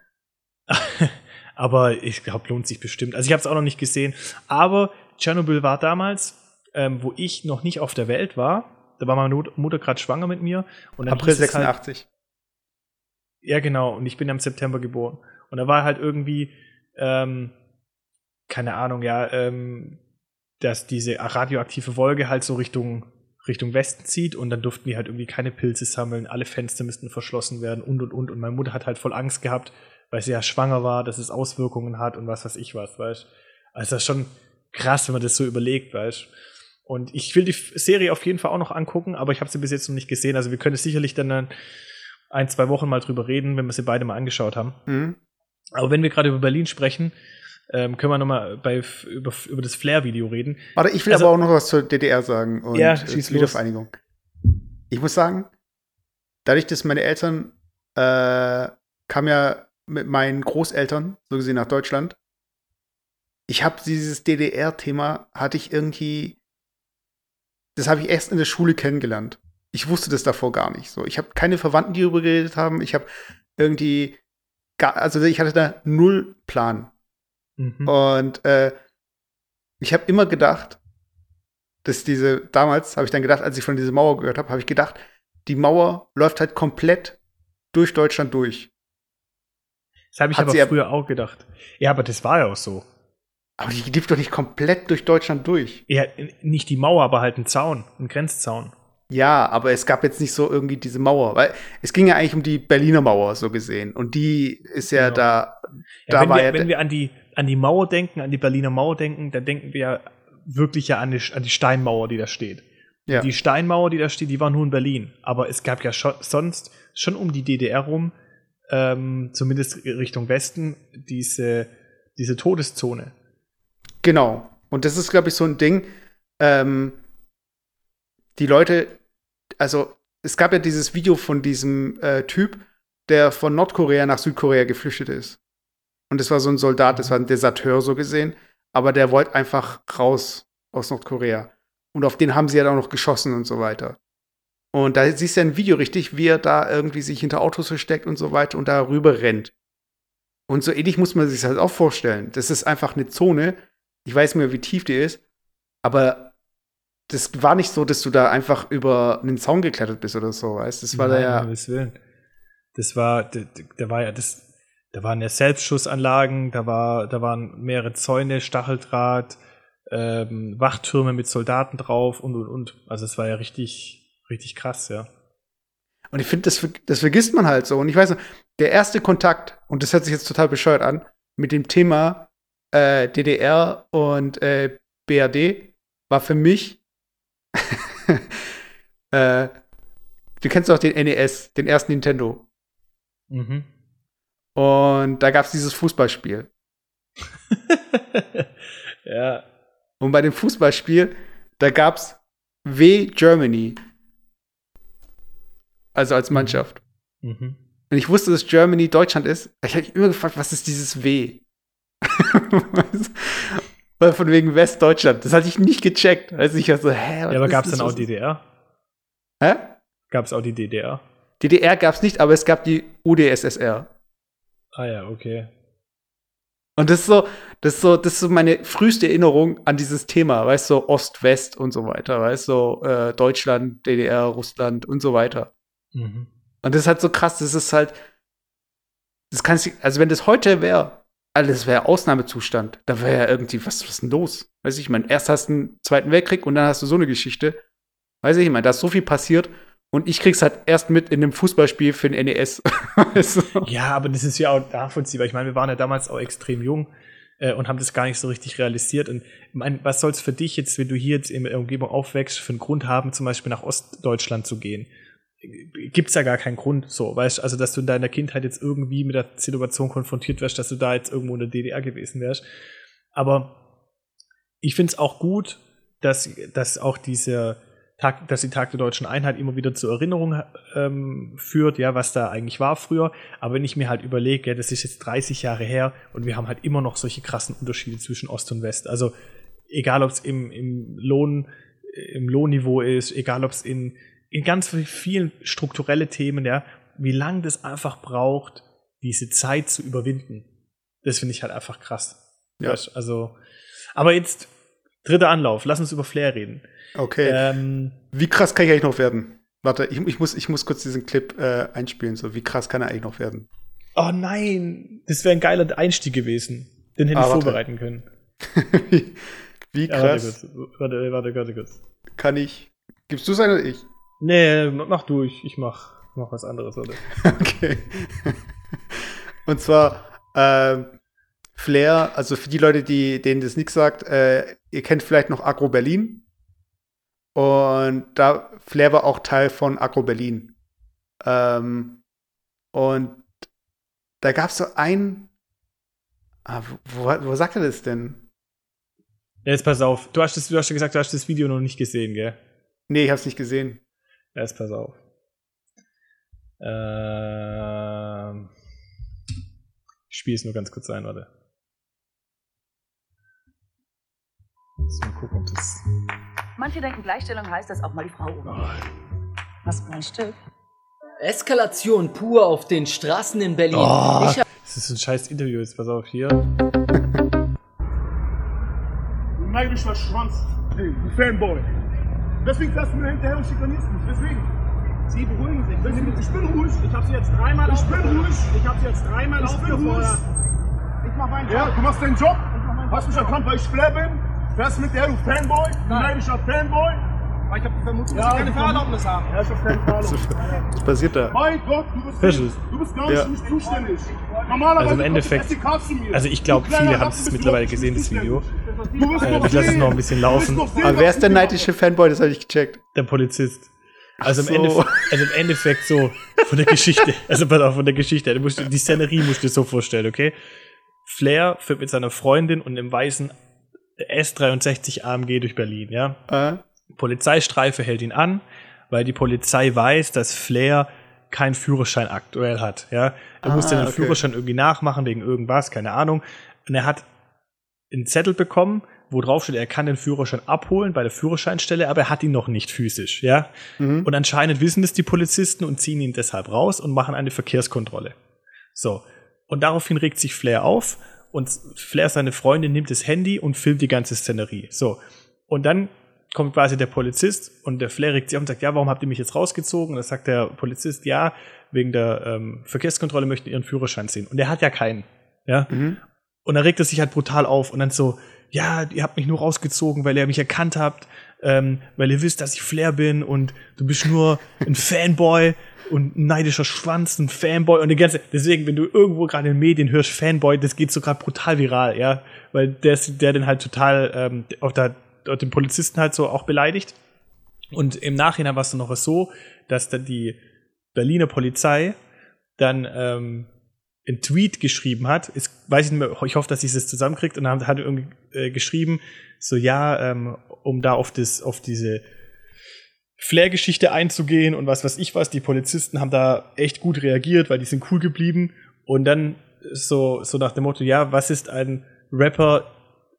Aber ich glaube, lohnt sich bestimmt. Also ich habe es auch noch nicht gesehen. Aber Tschernobyl war damals, ähm, wo ich noch nicht auf der Welt war. Da war meine Not- Mutter gerade schwanger mit mir. Und dann April hieß es halt, sechsundachtzig. ja, genau. Und ich bin im September geboren. Und da war halt irgendwie, ähm, keine Ahnung, ja, ähm, dass diese radioaktive Wolke halt so Richtung, Richtung Westen zieht. Und dann durften die halt irgendwie keine Pilze sammeln. Alle Fenster müssten verschlossen werden und, und, und. Und meine Mutter hat halt voll Angst gehabt, weil sie ja schwanger war, dass es Auswirkungen hat und was weiß ich was, weißt. Also das ist schon krass, wenn man das so überlegt, weißt du. Und ich will die Serie auf jeden Fall auch noch angucken, aber ich habe sie bis jetzt noch nicht gesehen. Also wir können sicherlich dann ein, zwei Wochen mal drüber reden, wenn wir sie beide mal angeschaut haben. Mhm. Aber wenn wir gerade über Berlin sprechen, ähm, können wir noch mal bei, über, über das Flair-Video reden. Warte, ich will also, aber auch noch was zur D D R sagen und ja, zur Wiedervereinigung. Ich muss sagen, dadurch, dass meine Eltern äh, kamen ja mit meinen Großeltern, so gesehen, nach Deutschland, ich habe dieses D D R-Thema, hatte ich irgendwie, das habe ich erst in der Schule kennengelernt. Ich wusste das davor gar nicht. So, ich habe keine Verwandten, die darüber geredet haben. Ich habe irgendwie, gar, also ich hatte da null Plan. Mhm. Und äh, ich habe immer gedacht, dass diese, damals habe ich dann gedacht, als ich von dieser Mauer gehört habe, habe ich gedacht, die Mauer läuft halt komplett durch Deutschland durch. Das habe ich Hat aber früher auch gedacht. Ja, aber das war ja auch so. Aber die lief doch nicht komplett durch Deutschland durch. Ja, nicht die Mauer, aber halt ein Zaun, ein Grenzzaun. Ja, aber es gab jetzt nicht so irgendwie diese Mauer, weil es ging ja eigentlich um die Berliner Mauer, so gesehen. Und die ist ja genau. da, ja, da wenn war wir, ja. Wenn wir an die, an die Mauer denken, an die Berliner Mauer denken, dann denken wir ja wirklich ja an die, an die Steinmauer, die da steht. Ja. Die Steinmauer, die da steht, die war nur in Berlin. Aber es gab ja schon, sonst schon um die D D R rum, ähm, zumindest Richtung Westen, diese, diese Todeszone. Genau. Und das ist, glaube ich, so ein Ding, ähm, die Leute, also es gab ja dieses Video von diesem äh, Typ, der von Nordkorea nach Südkorea geflüchtet ist. Und das war so ein Soldat, das war ein Deserteur so gesehen, aber der wollte einfach raus aus Nordkorea. Und auf den haben sie ja dann auch noch geschossen und so weiter. Und da siehst du ja ein Video richtig, wie er da irgendwie sich hinter Autos versteckt und so weiter und da rüber rennt. Und so ähnlich muss man sich das halt auch vorstellen. Das ist einfach eine Zone, ich weiß nicht mehr, wie tief die ist, aber das war nicht so, dass du da einfach über einen Zaun geklettert bist oder so, weißt du? Das war Nein, da ja. Willen. Das war, da, da war ja das, da waren ja Selbstschussanlagen, da war, da waren mehrere Zäune, Stacheldraht, ähm, Wachtürme mit Soldaten drauf und und und. Also es war ja richtig, richtig krass, ja. Und ich finde, das, das vergisst man halt so. Und ich weiß noch, der erste Kontakt, und das hört sich jetzt total bescheuert an, mit dem Thema äh, D D R und äh, B R D war für mich äh, du kennst doch den N E S, den ersten Nintendo. Mhm. Und da gab es dieses Fußballspiel. Ja. Und bei dem Fußballspiel, da gab es W Germany. Also als Mannschaft. Mhm. Und ich wusste, dass Germany Deutschland ist. Ich habe mich immer gefragt, was ist dieses W? Weil von wegen Westdeutschland. Das hatte ich nicht gecheckt. Also ich war so, hä? Ja, aber gab es dann auch D D R? Hä? Gab es auch die D D R? D D R gab es nicht, aber es gab die U D S S R. Ah ja, okay. Und das ist so, das ist so, das ist so meine früheste Erinnerung an dieses Thema, weißt du, so Ost-West und so weiter, weißt du, so, äh, Deutschland, D D R, Russland und so weiter. Mhm. Und das ist halt so krass, das ist halt, das kannst du, also wenn das heute wäre, also das wäre Ausnahmezustand, da wäre ja irgendwie, was, was ist denn los? Weiß ich, ich meine, erst hast du einen Zweiten Weltkrieg und dann hast du so eine Geschichte. Weiß ich, ich meine, da ist so viel passiert und ich krieg's halt erst mit in einem Fußballspiel für den N E S. Also. Ja, aber das ist ja auch nachvollziehbar. Ich meine, wir waren ja damals auch extrem jung äh, und haben das gar nicht so richtig realisiert. Und ich meine, was soll's für dich jetzt, wenn du hier jetzt in der Umgebung aufwächst, für einen Grund haben, zum Beispiel nach Ostdeutschland zu gehen? Gibt's ja gar keinen Grund, so, weißt du, also dass du in deiner Kindheit jetzt irgendwie mit der Situation konfrontiert wärst, dass du da jetzt irgendwo in der D D R gewesen wärst. Aber ich find's auch gut, dass, dass auch diese Tag, dass die Tag der Deutschen Einheit immer wieder zur Erinnerung ähm, führt, ja, was da eigentlich war früher. Aber wenn ich mir halt überlege, ja, das ist jetzt dreißig Jahre her und wir haben halt immer noch solche krassen Unterschiede zwischen Ost und West. Also egal, ob es im, im Lohn, im Lohnniveau ist, egal, ob es in in ganz vielen strukturelle Themen, ja, wie lange das einfach braucht, diese Zeit zu überwinden. Das finde ich halt einfach krass. Ja. Also, aber jetzt dritter Anlauf. Lass uns über Flair reden. Okay. Ähm, wie krass kann ich eigentlich noch werden? Warte, ich, ich, muss, ich muss kurz diesen Clip äh, einspielen. So, wie krass kann er eigentlich noch werden? Oh nein, das wäre ein geiler Einstieg gewesen. Den hätte ah, ich vorbereiten können. wie, wie krass. Ja, warte, warte, warte, warte. Kann ich. Gibst du es ein oder ich? Nee, mach du, ich, ich mach, mach was anderes, oder? Okay. Und zwar, ähm, Flair, also für die Leute, die, denen das nichts sagt, äh, ihr kennt vielleicht noch Agro Berlin. Und da Flair war auch Teil von Agro Berlin. Ähm, und da gab es so ein. Ah, wo, wo sagt er das denn? Jetzt pass auf. Du hast, das, du hast ja gesagt, du hast das Video noch nicht gesehen, gell? Nee, ich hab's nicht gesehen. Jetzt pass auf. Ähm, ich spiele es nur ganz kurz ein, warte. So, mal gucken, ob das. Manche denken, Gleichstellung heißt, dass auch mal die Frau um. Oh. Was für ein Stück. Eskalation pur auf den Straßen in Berlin. Oh, ich hab das ist ein scheiß Interview, jetzt pass auf, hier. Du neidischer Schwanz, du Fanboy. Deswegen fährst du mir hinterher und schikanierst mich, deswegen. Sie beruhigen sich. Ich bin ruhig. Ich hab sie jetzt dreimal Ich bin ruhig. Ich hab sie jetzt dreimal aufgefordert. Ich mach meinen Job. Ja, du machst deinen Job. Hast mich erkannt, weil ich Flair bin. Fährst mit der, du Fanboy. Du neidischer Fanboy. Aber ich hab die Vermutung, Ja, dass sie keine die Fahrerlaubnis haben. Ja, ich hab keine Fahrerlaubnis. Was passiert da? Mein Gott, du bist, Verstehst du bist gar nicht Ja. für mich zuständig. Normalerweise Also im kommt Endeffekt- das S D K zu mir. Also ich glaube, Du kleiner viele haben Rappen es bist mittlerweile überhaupt gesehen, nicht das Video. zuständig. Du bist Äh, doch ich lasse es sehen. noch ein bisschen Du laufen. bist doch sehen, Aber wer was ist der du neidische Fanboy? Das habe ich gecheckt. Der Polizist. Also im, Ach so. Endeffekt, also im Endeffekt so von der Geschichte, also pass auf, von der Geschichte, du musst, die Szenerie musst du dir so vorstellen, okay? Flair fährt mit seiner Freundin und einem weißen S dreiundsechzig A M G durch Berlin, ja? Äh? Polizeistreife hält ihn an, weil die Polizei weiß, dass Flair keinen Führerschein aktuell hat, ja? Er Ah, musste den okay. Führerschein irgendwie nachmachen, wegen irgendwas, keine Ahnung. Und er hat einen Zettel bekommen, wo drauf steht, er kann den Führerschein abholen bei der Führerscheinstelle, aber er hat ihn noch nicht physisch, ja. Mhm. Und anscheinend wissen es die Polizisten und ziehen ihn deshalb raus und machen eine Verkehrskontrolle. So. Und daraufhin regt sich Flair auf und Flair, seine Freundin, nimmt das Handy und filmt die ganze Szenerie. So. Und dann kommt quasi der Polizist und der Flair regt sich auf und sagt, ja, warum habt ihr mich jetzt rausgezogen? Und dann sagt der Polizist, ja, wegen der ähm, Verkehrskontrolle möchten ihren Führerschein sehen. Und er hat ja keinen, ja. Mhm. Und dann regt er sich halt brutal auf und dann so, ja, ihr habt mich nur rausgezogen, weil ihr mich erkannt habt, ähm, weil ihr wisst, dass ich Flair bin und du bist nur ein Fanboy und ein neidischer Schwanz, ein Fanboy und die ganze, deswegen, wenn du irgendwo gerade in den Medien hörst, Fanboy, das geht so gerade brutal viral, ja, weil der, ist- der den halt total, ähm, auch da, auch den Polizisten halt so auch beleidigt. Und im Nachhinein war es dann noch so, dass dann die Berliner Polizei dann, ähm, einen Tweet geschrieben hat, ist, weiß ich nicht mehr, ich hoffe, dass ich es zusammenkriegt, und dann hat er irgendwie äh, geschrieben, so ja, ähm, um da auf das, auf diese Flair-Geschichte einzugehen und was weiß ich was, die Polizisten haben da echt gut reagiert, weil die sind cool geblieben, und dann so, so nach dem Motto, ja, was ist ein Rapper,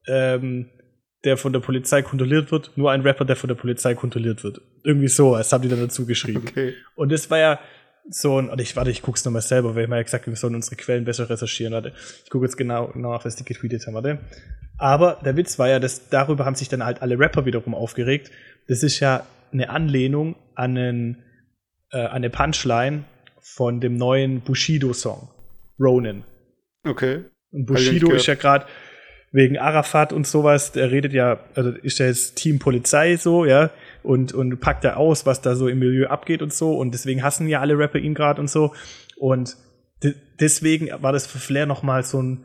ähm, der von der Polizei kontrolliert wird? Nur ein Rapper, der von der Polizei kontrolliert wird. Irgendwie so, das haben die dann dazu geschrieben. Okay. Und das war ja so ein, oder ich, warte, ich guck's nochmal selber, weil ich mal ja gesagt habe, wir sollen unsere Quellen besser recherchieren, warte. Ich gucke jetzt genau, genau nach, was die getweetet haben, warte. Aber der Witz war ja, dass darüber haben sich dann halt alle Rapper wiederum aufgeregt. Das ist ja eine Anlehnung an, einen, äh, an eine Punchline von dem neuen Bushido-Song, Ronin. Okay. Und Hab ich nicht Bushido gehört. ist ja gerade wegen Arafat und sowas, der redet ja, also ist ja jetzt Team Polizei so, ja, und, und packt da aus, was da so im Milieu abgeht und so, und deswegen hassen ja alle Rapper ihn gerade und so, und de- deswegen war das für Flair noch mal so ein,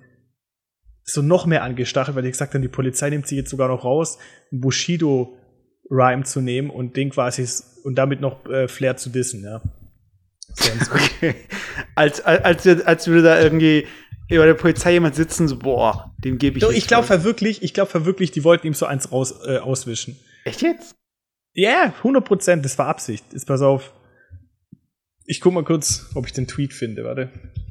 so noch mehr angestachelt, weil die gesagt haben, die Polizei nimmt sich jetzt sogar noch raus, einen Bushido-Rhyme zu nehmen und den quasi, s- und damit noch äh, Flair zu dissen, ja. So, und so. Okay. Als, als, als, als würde da irgendwie bei der Polizei jemand sitzen, so, boah, dem gebe ich Doch, jetzt ich glaube voll. wirklich, ich glaube wirklich, die wollten ihm so eins raus, äh, auswischen. Echt jetzt? Ja, yeah, hundert Prozent, das war Absicht. Jetzt pass auf. Ich guck mal kurz, ob ich den Tweet finde, warte.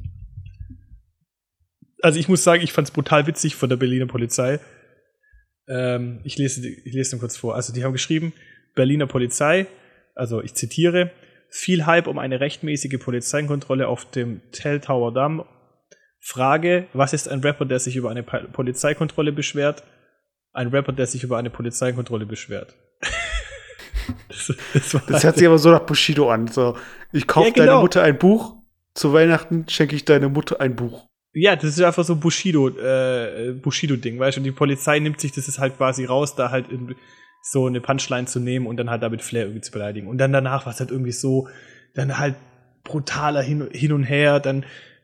Also ich muss sagen, ich fand's brutal witzig von der Berliner Polizei. Ähm, ich lese, ich lese den kurz vor. Also die haben geschrieben, Berliner Polizei, also ich zitiere, viel Hype um eine rechtmäßige Polizeikontrolle auf dem Teltower Damm. Frage, was ist ein Rapper, der sich über eine Pa- Polizeikontrolle beschwert? Ein Rapper, der sich über eine Polizeikontrolle beschwert. das, das, war Das hört sich aber so nach Bushido an. So, ich kaufe Ja, genau. deiner Mutter ein Buch, zu Weihnachten schenke ich deiner Mutter ein Buch. Ja, das ist einfach so ein Bushido, äh, Bushido-Ding, weißt du? Und die Polizei nimmt sich das ist halt quasi raus, da halt in, so eine Punchline zu nehmen und dann halt damit Flair irgendwie zu beleidigen. Und dann danach war es halt irgendwie so, dann halt brutaler hin, hin und her, dann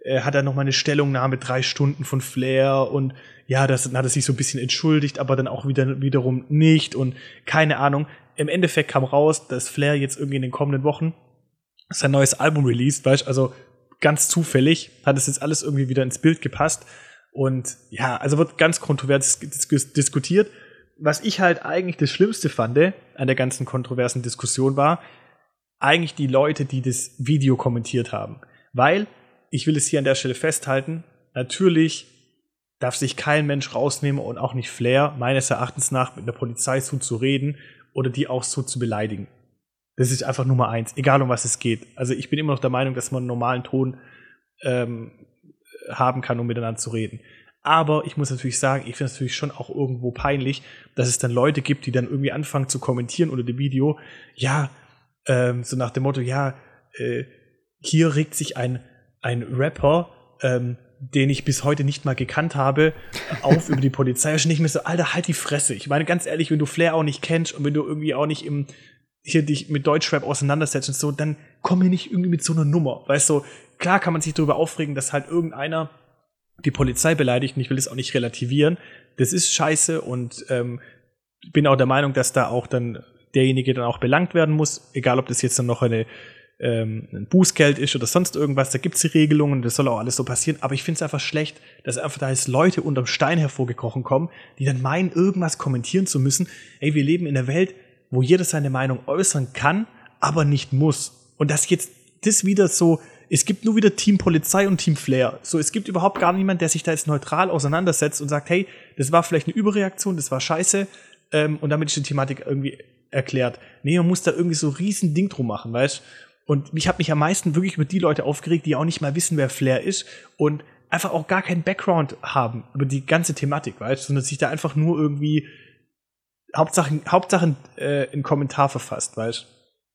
äh, hat er noch mal eine Stellungnahme, drei Stunden von Flair und ja, das, dann hat er sich so ein bisschen entschuldigt, aber dann auch wieder wiederum nicht und keine Ahnung. Im Endeffekt kam raus, dass Flair jetzt irgendwie in den kommenden Wochen sein neues Album released, weißt, also ganz zufällig hat es jetzt alles irgendwie wieder ins Bild gepasst und ja, also wird ganz kontrovers dis- diskutiert. Was ich halt eigentlich das Schlimmste fand an der ganzen kontroversen Diskussion war, eigentlich die Leute, die das Video kommentiert haben. Weil, ich will es hier an der Stelle festhalten, natürlich darf sich kein Mensch rausnehmen und auch nicht Flair, meines Erachtens nach, mit der Polizei so zu reden oder die auch so zu beleidigen. Das ist einfach Nummer eins, egal um was es geht. Also ich bin immer noch der Meinung, dass man einen normalen Ton ähm, haben kann, um miteinander zu reden. Aber ich muss natürlich sagen, ich finde es natürlich schon auch irgendwo peinlich, dass es dann Leute gibt, die dann irgendwie anfangen zu kommentieren unter dem Video, ja, ähm, so nach dem Motto, ja, äh, hier regt sich ein, ein Rapper, ähm, den ich bis heute nicht mal gekannt habe, auf über die Polizei. Ich nicht mehr so, Alter, halt die Fresse. Ich meine, ganz ehrlich, wenn du Flair auch nicht kennst und wenn du irgendwie auch nicht im hier dich mit Deutschrap auseinandersetzt und so, dann komm mir nicht irgendwie mit so einer Nummer. Weißt du, klar kann man sich darüber aufregen, dass halt irgendeiner die Polizei beleidigt und ich will das auch nicht relativieren. Das ist scheiße und ähm, bin auch der Meinung, dass da auch dann derjenige dann auch belangt werden muss, egal ob das jetzt dann noch eine ähm, ein Bußgeld ist oder sonst irgendwas, da gibt's die Regelungen, das soll auch alles so passieren, aber ich finde es einfach schlecht, dass einfach da jetzt Leute unterm Stein hervorgekrochen kommen, die dann meinen, irgendwas kommentieren zu müssen. Ey, wir leben in einer Welt, wo jeder seine Meinung äußern kann, aber nicht muss. Und das jetzt das wieder so, es gibt nur wieder Team Polizei und Team Flair. So, es gibt überhaupt gar niemand, der sich da jetzt neutral auseinandersetzt und sagt, hey, das war vielleicht eine Überreaktion, das war scheiße, ähm, und damit ist die Thematik irgendwie erklärt. Nee, man muss da irgendwie so ein riesen Ding drum machen, weißt? Und ich habe mich am meisten wirklich über die Leute aufgeregt, die auch nicht mal wissen, wer Flair ist und einfach auch gar keinen Background haben über die ganze Thematik, weißt? Sondern sich da einfach nur irgendwie Hauptsache, Hauptsache äh, in Kommentar verfasst, weißt?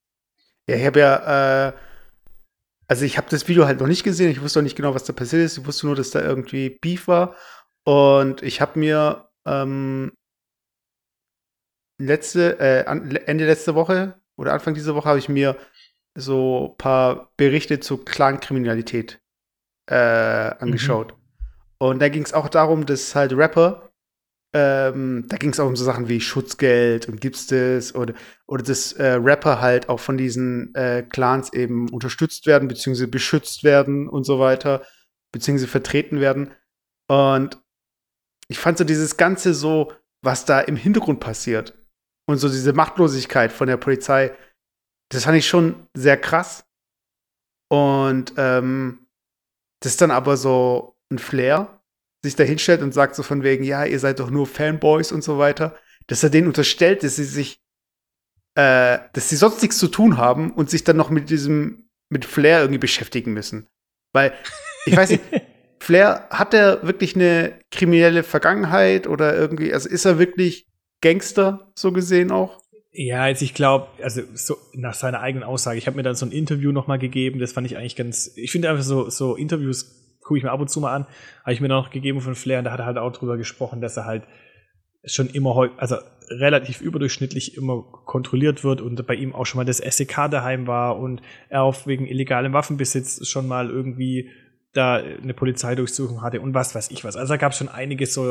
Ja, ich habe ja, äh, also ich habe das Video halt noch nicht gesehen, ich wusste auch nicht genau, was da passiert ist, ich wusste nur, dass da irgendwie Beef war und ich habe mir ähm, letzte, äh, Ende letzte Woche oder Anfang dieser Woche habe ich mir so ein paar Berichte zu Clankriminalität äh, angeschaut. Mhm. Und da ging es auch darum, dass halt Rapper Ähm, da ging es auch um so Sachen wie Schutzgeld und gibt's das oder, oder dass äh, Rapper halt auch von diesen äh, Clans eben unterstützt werden, beziehungsweise beschützt werden und so weiter, beziehungsweise vertreten werden. Und ich fand so dieses Ganze so, was da im Hintergrund passiert und so diese Machtlosigkeit von der Polizei, das fand ich schon sehr krass. Und ähm, das ist dann aber so ein Flair, sich da hinstellt und sagt so von wegen, ja, ihr seid doch nur Fanboys und so weiter, dass er denen unterstellt, dass sie sich, äh, dass sie sonst nichts zu tun haben und sich dann noch mit diesem, mit Flair irgendwie beschäftigen müssen. Weil, ich weiß nicht, Flair, hat er wirklich eine kriminelle Vergangenheit oder irgendwie, also ist er wirklich Gangster, so gesehen auch? Ja, also ich glaube, also so nach seiner eigenen Aussage, ich habe mir dann so ein Interview noch mal gegeben, das fand ich eigentlich ganz, ich finde einfach so, so Interviews gucke ich mir ab und zu mal an, habe ich mir noch gegeben von Flair und da hat er halt auch drüber gesprochen, dass er halt schon immer, also relativ überdurchschnittlich immer kontrolliert wird und bei ihm auch schon mal das S E K daheim war und er auch wegen illegalem Waffenbesitz schon mal irgendwie da eine Polizeidurchsuchung hatte und was weiß ich was. Also da gab es schon einige so,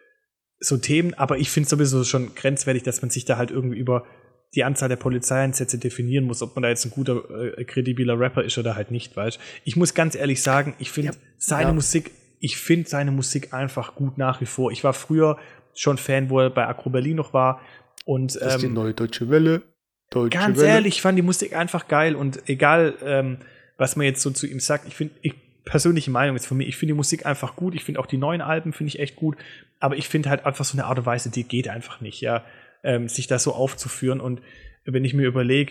so Themen, aber ich finde es sowieso schon grenzwertig, dass man sich da halt irgendwie über die Anzahl der Polizeieinsätze definieren muss, ob man da jetzt ein guter, äh, kredibiler Rapper ist oder halt nicht, weißt. Ich muss ganz ehrlich sagen, ich finde ja, seine ja. Musik, ich finde seine Musik einfach gut nach wie vor. Ich war früher schon Fan, wo er bei Agro Berlin noch war und das ist ähm, die neue Deutsche Welle. Deutsche ganz Welle. ehrlich, ich fand die Musik einfach geil und egal, ähm, was man jetzt so zu ihm sagt, ich finde, ich persönliche Meinung jetzt von mir, ich finde die Musik einfach gut, ich finde auch die neuen Alben finde ich echt gut, aber ich finde halt einfach so eine Art und Weise, die geht einfach nicht, ja. Ähm, sich da so aufzuführen. Und wenn ich mir überlege,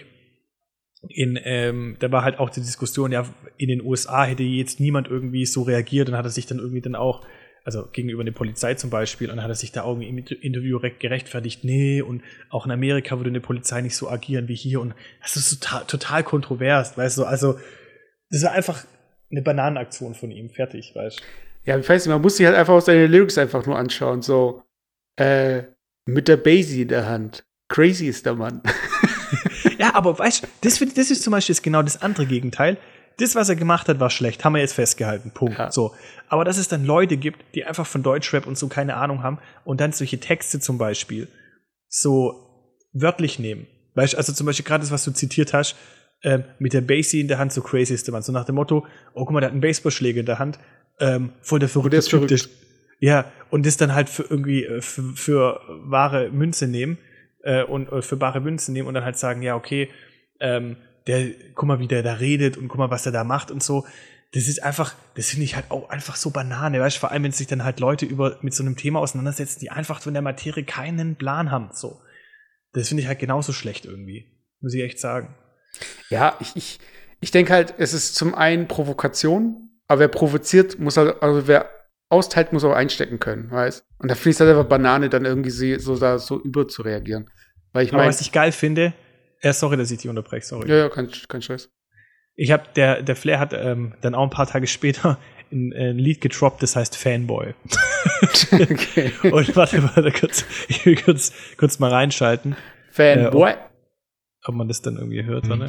in, ähm, da war halt auch die Diskussion, ja, in den U S A hätte jetzt niemand irgendwie so reagiert und hat er sich dann irgendwie dann auch, also gegenüber der Polizei zum Beispiel, und hat er sich da irgendwie im Interview gerechtfertigt, nee, und auch in Amerika würde eine Polizei nicht so agieren wie hier und das ist total, total kontrovers, weißt du, also das war einfach eine Bananenaktion von ihm, fertig, weißt du. Ja, ich weiß nicht, man muss sich halt einfach aus seine Lyrics einfach nur anschauen, so, äh, mit der Basie in der Hand. Crazy ist der Mann. Ja, aber weißt du, das, das ist zum Beispiel genau das andere Gegenteil. das, was er gemacht hat, war schlecht, haben wir jetzt festgehalten, Punkt. Ja. So. Aber dass es dann Leute gibt, die einfach von Deutschrap und so keine Ahnung haben und dann solche Texte zum Beispiel so wörtlich nehmen. Weißt du, also zum Beispiel gerade das, was du zitiert hast, ähm, mit der Basie in der Hand, so crazyste Mann. So nach dem Motto, oh, guck mal, der hat einen Baseballschläger in der Hand, ähm, voll der verrückte der ist Typ. verrückt. Der, ja, und das dann halt für irgendwie äh, für, für wahre Münze nehmen äh, und äh, für bare Münze nehmen und dann halt sagen, ja, okay, ähm, der, guck mal, wie der da redet und guck mal, was er da macht und so. Das ist einfach, das finde ich halt auch einfach so Banane, weißt du, vor allem, wenn sich dann halt Leute über, mit so einem Thema auseinandersetzen, die einfach von der Materie keinen Plan haben, so. Das finde ich halt genauso schlecht irgendwie. Muss ich echt sagen. Ja, ich, ich, ich denke halt, es ist zum einen Provokation, aber wer provoziert, muss halt, also wer austeilt, muss auch einstecken können, weißt? Und da finde ich es halt einfach Banane, dann irgendwie so, da so überzureagieren. Weil ich Aber meine. was ich geil finde, äh, sorry, dass ich dich unterbreche, sorry. Ja, ja, kein, kein Stress. Ich hab, der, der Flair hat ähm, dann auch ein paar Tage später ein, ein Lied getroppt, das heißt Fanboy. Okay. Und warte, warte, kurz, ich will kurz, kurz mal reinschalten. Fanboy. Äh, ob, ob man das dann irgendwie hört, oder?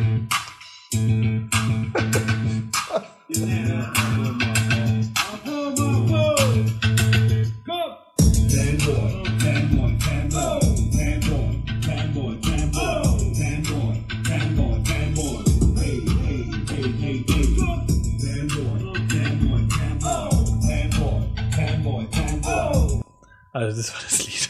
Also das war das Lied.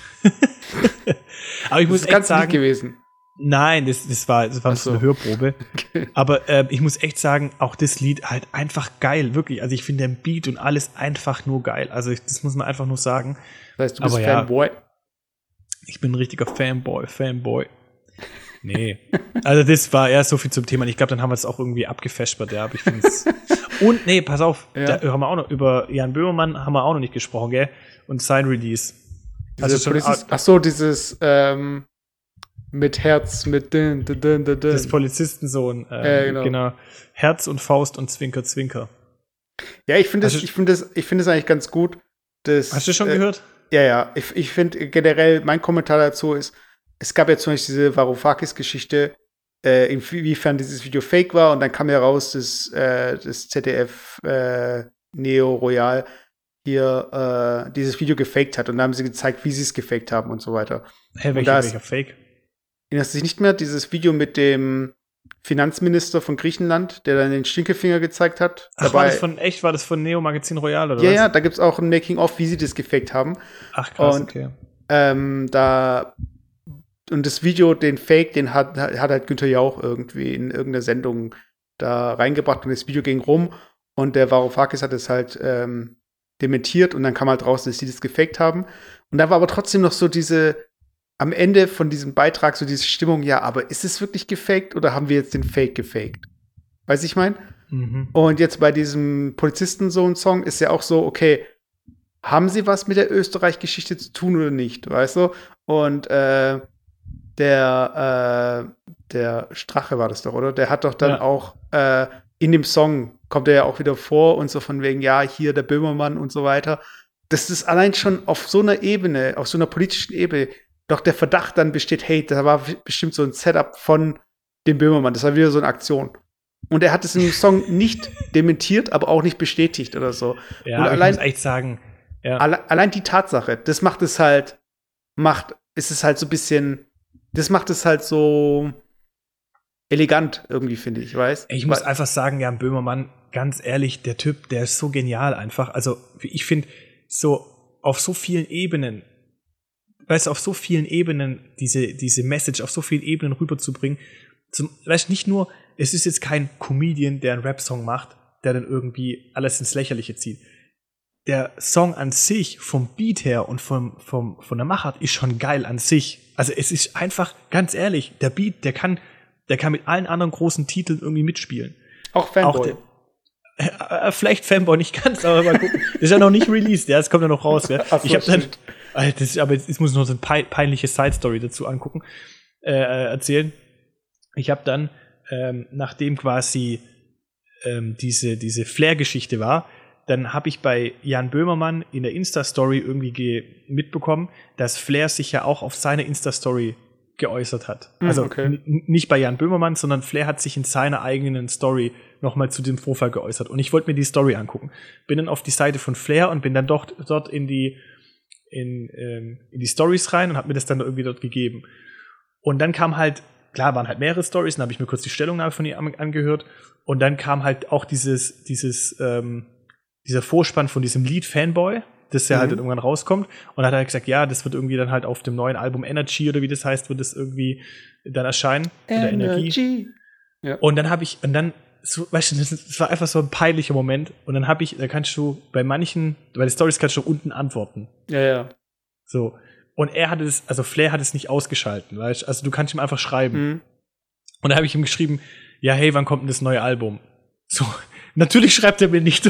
Aber ich Das muss ist echt ganz sagen, lieb gewesen. nein, das, das war, das war Ach so. so eine Hörprobe. Okay. Aber äh, ich muss echt sagen, auch das Lied halt einfach geil, wirklich. Also ich finde den Beat und alles einfach nur geil. Also ich, das muss man einfach nur sagen. Das heißt, du bist Aber ja. Fanboy. Ich bin ein richtiger Fanboy, Fanboy. Nee. Also das war eher so viel zum Thema. Ich glaube, dann haben wir es auch irgendwie abgefespert, ja. Aber ich finde es. Und nee, pass auf, Ja. da haben wir auch noch über Jan Böhmermann haben wir auch noch nicht gesprochen, gell? Und sein Release. Also Diese schon Polizist- Ach so, dieses ähm, mit Herz, mit din, din, din, din, din. des Polizistensohn, äh, Ja, genau. genau. Herz und Faust und Zwinker, Zwinker. Ja, ich finde es Hast du- ich finde es ich finde es eigentlich ganz gut. Dass, Hast du schon äh, gehört? Ja, ja. Ich, ich finde generell, mein Kommentar dazu ist, es gab ja zum Beispiel diese Varoufakis-Geschichte, äh, inwiefern dieses Video fake war und dann kam ja raus, dass äh, das Z D F äh, Neo Royal hier äh, dieses Video gefaked hat und dann haben sie gezeigt, wie sie es gefaked haben und so weiter. Hä, da welcher, ist- welcher Fake? Erinnerst du dich nicht mehr? Dieses Video mit dem Finanzminister von Griechenland, der dann den Stinkefinger gezeigt hat. Ach, war das von, echt, war das von Neo Magazin Royal oder ja, was? ja, da gibt's auch ein Making-of, wie sie das gefaked haben. Ach, krass, Und- okay. Ähm, da und das Video, den Fake, den hat, hat halt Günther Jauch irgendwie in irgendeiner Sendung da reingebracht und das Video ging rum und der Varoufakis hat es halt ähm, dementiert und dann kam halt raus, dass sie das gefaked haben. Und da war aber trotzdem noch so diese, am Ende von diesem Beitrag so diese Stimmung, ja, aber ist es wirklich gefaked oder haben wir jetzt den Fake gefaked? Weiß ich mein? Mhm. Und jetzt bei diesem Polizistensohn-Song ist ja auch so, okay, haben sie was mit der Österreich-Geschichte zu tun oder nicht, weißt du? Und äh, der, äh, der Strache war das doch, oder? Der hat doch dann Ja. auch äh, in dem Song kommt er ja auch wieder vor und so von wegen, ja, hier der Böhmermann und so weiter. Das ist allein schon auf so einer Ebene, auf so einer politischen Ebene, doch der Verdacht dann besteht, hey, da war bestimmt so ein Setup von dem Böhmermann, das war wieder so eine Aktion. Und er hat es im Song nicht dementiert, aber auch nicht bestätigt oder so. Ja, und aber allein- ich muss echt sagen, ja. Alle, allein die Tatsache, das macht es halt, macht, ist es halt so ein bisschen, das macht es halt so elegant irgendwie, finde ich, weißt? Ich muss Weil- einfach sagen, Jan Böhmermann, ganz ehrlich, der Typ, der ist so genial einfach. Also, ich finde, so auf so vielen Ebenen, weißt du, auf so vielen Ebenen diese, diese Message auf so vielen Ebenen rüberzubringen. Zum, weißt du, nicht nur, es ist jetzt kein Comedian, der einen Rap-Song macht, der dann irgendwie alles ins Lächerliche zieht. Der Song an sich, vom Beat her und vom, vom, von der Machart, ist schon geil an sich. Also es ist einfach, ganz ehrlich, der Beat, der kann, der kann mit allen anderen großen Titeln irgendwie mitspielen. Auch Fanboy. Auch der, äh, vielleicht Fanboy nicht ganz, aber mal gucken. Das ist ja noch nicht released, ja, das kommt ja noch raus. Ja. Ach so, Ich habe dann, stimmt. Alter, das ist, aber jetzt, jetzt muss ich noch so eine pei- peinliche Side-Story dazu angucken, äh, äh, erzählen. Ich habe dann, ähm, nachdem quasi ähm, diese, diese Flair-Geschichte war, dann habe ich bei Jan Böhmermann in der Insta-Story irgendwie ge- mitbekommen, dass Flair sich ja auch auf seine Insta-Story geäußert hat. Hm, Also okay. n- n- nicht bei Jan Böhmermann, sondern Flair hat sich in seiner eigenen Story nochmal zu dem Vorfall geäußert. Und ich wollte mir die Story angucken. Bin dann auf die Seite von Flair und bin dann dort, dort in die in, ähm, in die Stories rein und habe mir das dann irgendwie dort gegeben. Und dann kam halt, klar, waren halt mehrere Stories, dann habe ich mir kurz die Stellungnahme von ihr angehört. Und dann kam halt auch dieses, dieses, ähm, dieser Vorspann von diesem Lied Fanboy, das ja mhm. halt dann irgendwann rauskommt. Und dann hat er gesagt, ja, das wird irgendwie dann halt auf dem neuen Album Energy oder wie das heißt, wird das irgendwie dann erscheinen. Energy. Oder Energie. Ja. Und dann habe ich, und dann, so, weißt du, das, das war einfach so ein peinlicher Moment. Und dann habe ich, da kannst du bei manchen, bei den Stories kannst du unten antworten. Ja, ja. So. Und er hatte es, also Flair hat es nicht ausgeschalten, weißt du? Also du kannst ihm einfach schreiben. Mhm. Und da habe ich ihm geschrieben, ja, hey, wann kommt denn das neue Album? So, natürlich schreibt er mir nicht. so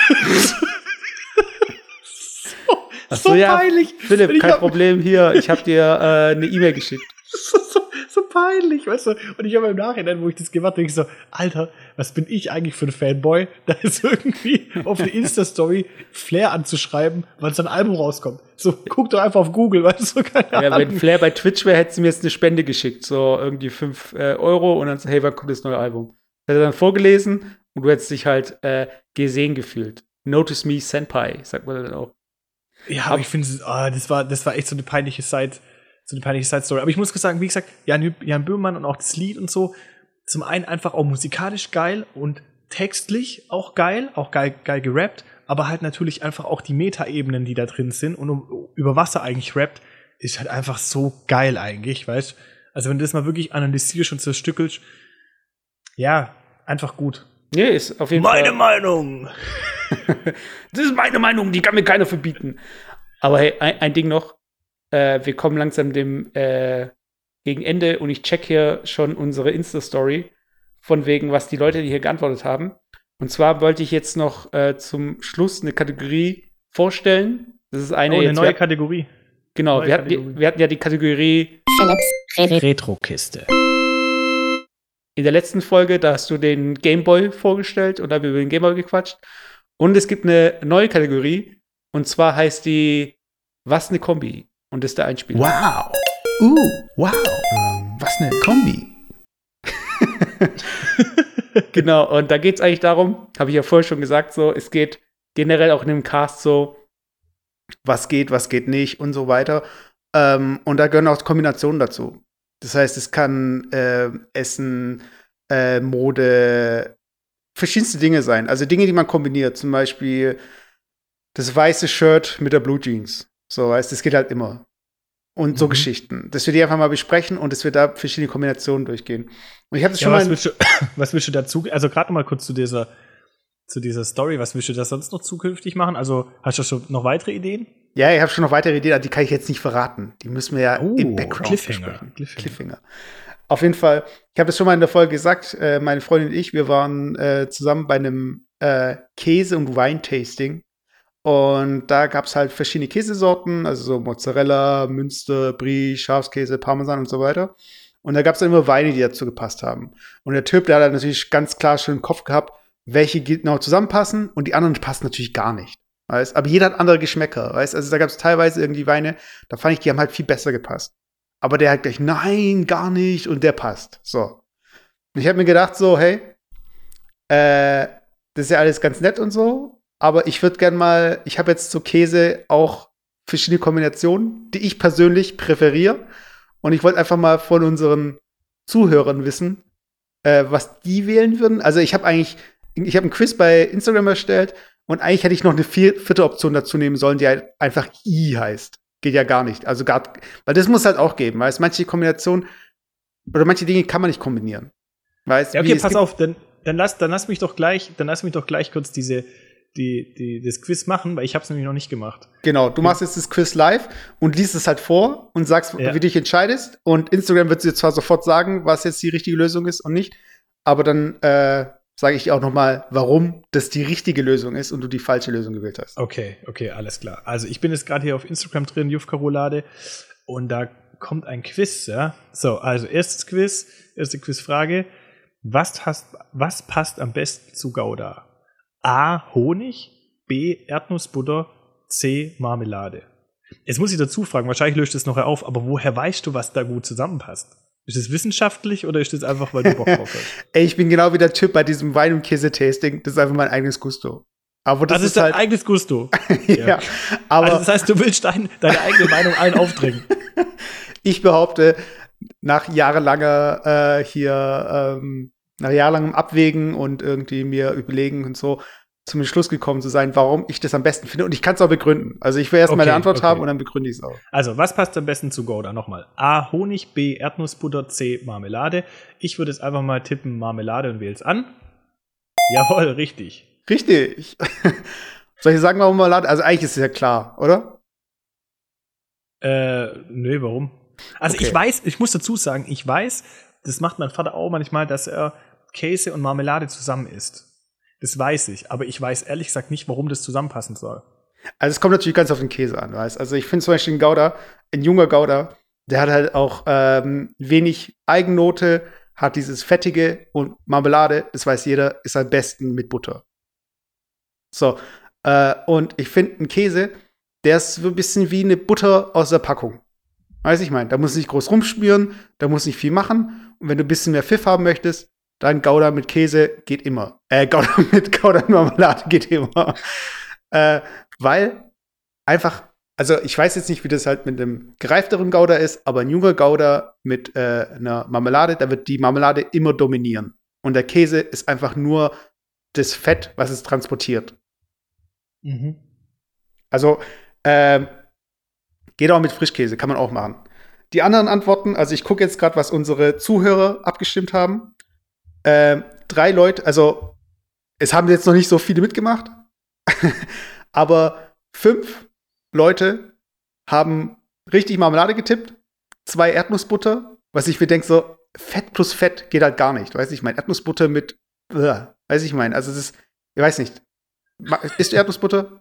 Ach so, so ja, peinlich. Philipp, kein Problem, hier, ich habe dir äh, eine E-Mail geschickt. so, so, so peinlich, weißt du? Und ich habe im Nachhinein, wo ich das gemacht habe, denke ich so, Alter, was bin ich eigentlich für ein Fanboy, da ist irgendwie auf eine Insta-Story Flair anzuschreiben, wann sein Album rauskommt. So, guck doch einfach auf Google, weißt du, so, keine Ja, Ahnung. Wenn Flair bei Twitch wäre, hätte sie mir jetzt eine Spende geschickt, so irgendwie fünf äh, Euro und dann so, hey, wann kommt das neue Album? Das hat er dann vorgelesen und du hättest dich halt äh, gesehen gefühlt. Notice me, Senpai, sagt man dann auch. Ja, aber, aber ich finde, oh, das war, das war echt so eine peinliche Side, so eine peinliche Side-Story. Aber ich muss sagen, wie gesagt, Jan, Jan Böhmermann und auch das Lied und so, zum einen einfach auch musikalisch geil und textlich auch geil, auch geil, geil gerappt, aber halt natürlich einfach auch die Meta-Ebenen, die da drin sind und um, über was er eigentlich rappt, ist halt einfach so geil eigentlich, weißt du? Also wenn du das mal wirklich analysierst und zerstückelst, ja, einfach gut. Nee, ist auf jeden meine Fall. Meine Meinung! Das ist meine Meinung, die kann mir keiner verbieten. Aber hey, ein, ein Ding noch. Äh, wir kommen langsam dem äh, gegen Ende und ich check hier schon unsere Insta-Story von wegen, was die Leute hier geantwortet haben. Und zwar wollte ich jetzt noch äh, zum Schluss eine Kategorie vorstellen. Das ist eine, oh, eine jetzt, neue wir, Kategorie. Genau, neue wir, hatten Kategorie. Die, wir hatten ja die Kategorie Philips Retro-Kiste. In der letzten Folge, da hast du den Gameboy vorgestellt und da haben wir über den Gameboy gequatscht. Und es gibt eine neue Kategorie und zwar heißt die Was ne Kombi? Und das ist der Einspieler. Wow. Uh, wow. Ähm, was ne Kombi? Genau, und da geht es eigentlich darum, habe ich ja vorher schon gesagt, so, es geht generell auch in dem Cast so, was geht, was geht nicht und so weiter. Ähm, und da gehören auch Kombinationen dazu. Das heißt, es kann äh, Essen, äh, Mode, verschiedenste Dinge sein. Also Dinge, die man kombiniert. Zum Beispiel das weiße Shirt mit der Blue Jeans. So, weißt, das geht halt immer. Und so mhm. Geschichten. Dass wir die einfach mal besprechen und dass wir da verschiedene Kombinationen durchgehen. Und ich habe das ja, schon was mal. Willst du, was willst du dazu? Also gerade noch mal kurz zu dieser, zu dieser Story. Was willst du da sonst noch zukünftig machen? Also hast du schon noch weitere Ideen? Ja, ich habe schon noch weitere Ideen, die kann ich jetzt nicht verraten. Die müssen wir ja oh, im Background Cliffhanger. besprechen. Cliffhanger. Cliffhanger. Auf jeden Fall, ich habe das schon mal in der Folge gesagt, äh, meine Freundin und ich, wir waren äh, zusammen bei einem äh, Käse- und Weintasting. Und da gab es halt verschiedene Käsesorten, also so Mozzarella, Münster, Brie, Schafskäse, Parmesan und so weiter. Und da gab es dann immer Weine, die dazu gepasst haben. Und der Typ, der hat natürlich ganz klar schon im Kopf gehabt, welche genau zusammenpassen und die anderen passen natürlich gar nicht. Weißt? Aber jeder hat andere Geschmäcker, weißt? Also da gab es teilweise irgendwie Weine, da fand ich, die haben halt viel besser gepasst. Aber der hat gleich, nein, gar nicht, und der passt. So. Und ich habe mir gedacht, so, hey, äh, das ist ja alles ganz nett und so, aber ich würde gern mal, ich habe jetzt zu Käse auch verschiedene Kombinationen, die ich persönlich präferiere. Und ich wollte einfach mal von unseren Zuhörern wissen, äh, was die wählen würden. Also ich habe eigentlich, ich habe einen Quiz bei Instagram erstellt, und eigentlich hätte ich noch eine vier, vierte Option dazu nehmen sollen, die halt einfach I heißt. Geht ja gar nicht. Also gar, weil das muss halt auch geben, weißt, manche Kombinationen oder manche Dinge kann man nicht kombinieren. Weißt, ja, okay, wie, pass auf, dann, dann lass, dann lass mich doch gleich, dann lass mich doch gleich kurz diese, die, die, das Quiz machen, weil ich habe es nämlich noch nicht gemacht. Genau, du machst jetzt das Quiz live und liest es halt vor und sagst, ja. wie du dich entscheidest. Und Instagram wird dir zwar sofort sagen, was jetzt die richtige Lösung ist und nicht, aber dann äh, sage ich dir auch noch mal, warum das die richtige Lösung ist und du die falsche Lösung gewählt hast. Okay, okay, alles klar. Also ich bin jetzt gerade hier auf Instagram drin, Jufka Roulade, und da kommt ein Quiz, ja. So, also erstes Quiz, erste Quizfrage. Was, hast, was passt am besten zu Gouda? A. Honig, B. Erdnussbutter, C. Marmelade. Jetzt muss ich dazu fragen, wahrscheinlich löscht es noch auf, aber woher weißt du, was da gut zusammenpasst? Ist das wissenschaftlich oder ist das einfach, weil du Bock drauf hast? Ey, ich bin genau wie der Typ bei diesem Wein- und Käse-Tasting. Das ist einfach mein eigenes Gusto. Aber das, das ist ist dein halt eigenes Gusto. ja, Ja. aber Also das heißt, du willst dein, deine eigene Meinung allen aufdrängen. ich behaupte, nach jahrelanger äh, hier, ähm, nach jahrelangem Abwägen und irgendwie mir überlegen und so zum Schluss gekommen zu sein, warum ich das am besten finde. Und ich kann es auch begründen. Also ich will erst mal Okay, eine Antwort okay. haben und dann begründe ich es auch. Also, was passt am besten zu Gouda? Nochmal. A, Honig, B, Erdnussbutter, C, Marmelade. Ich würde jetzt einfach mal tippen Marmelade und wähle es an. Jawohl, richtig. Richtig. Soll ich sagen, warum Marmelade? Also eigentlich ist es ja klar, oder? Äh, nö, warum? Also Okay. ich weiß, ich muss dazu sagen, ich weiß, das macht mein Vater auch manchmal, dass er Käse und Marmelade zusammen isst. Das weiß ich, aber ich weiß ehrlich gesagt nicht, warum das zusammenpassen soll. Also es kommt natürlich ganz auf den Käse an, weißt. Also ich finde zum Beispiel ein Gouda, ein junger Gouda, der hat halt auch ähm, wenig Eigennote, hat dieses Fettige und Marmelade, das weiß jeder, ist am besten mit Butter. So, äh, und ich finde ein Käse, der ist so ein bisschen wie eine Butter aus der Packung. Weiß ich mein, da muss nicht groß rumschmieren, da muss nicht viel machen. Und wenn du ein bisschen mehr Pfiff haben möchtest, dann Gouda mit Käse geht immer. Äh, Gouda mit Gouda mit Marmelade geht immer. äh, weil einfach, also ich weiß jetzt nicht, wie das halt mit einem gereifteren Gouda ist, aber ein junger Gouda mit äh, einer Marmelade, da wird die Marmelade immer dominieren. Und der Käse ist einfach nur das Fett, was es transportiert. Mhm. Also, ähm, geht auch mit Frischkäse, kann man auch machen. Die anderen Antworten, also ich gucke jetzt gerade, was unsere Zuhörer abgestimmt haben. Ähm, drei Leute, also es haben jetzt noch nicht so viele mitgemacht, aber fünf Leute haben richtig Marmelade getippt, zwei Erdnussbutter, was ich mir denke, so Fett plus Fett geht halt gar nicht, weiß ich mein Erdnussbutter mit, äh, weiß ich mein, also es ist, ich weiß nicht, Ma- isst du Erdnussbutter?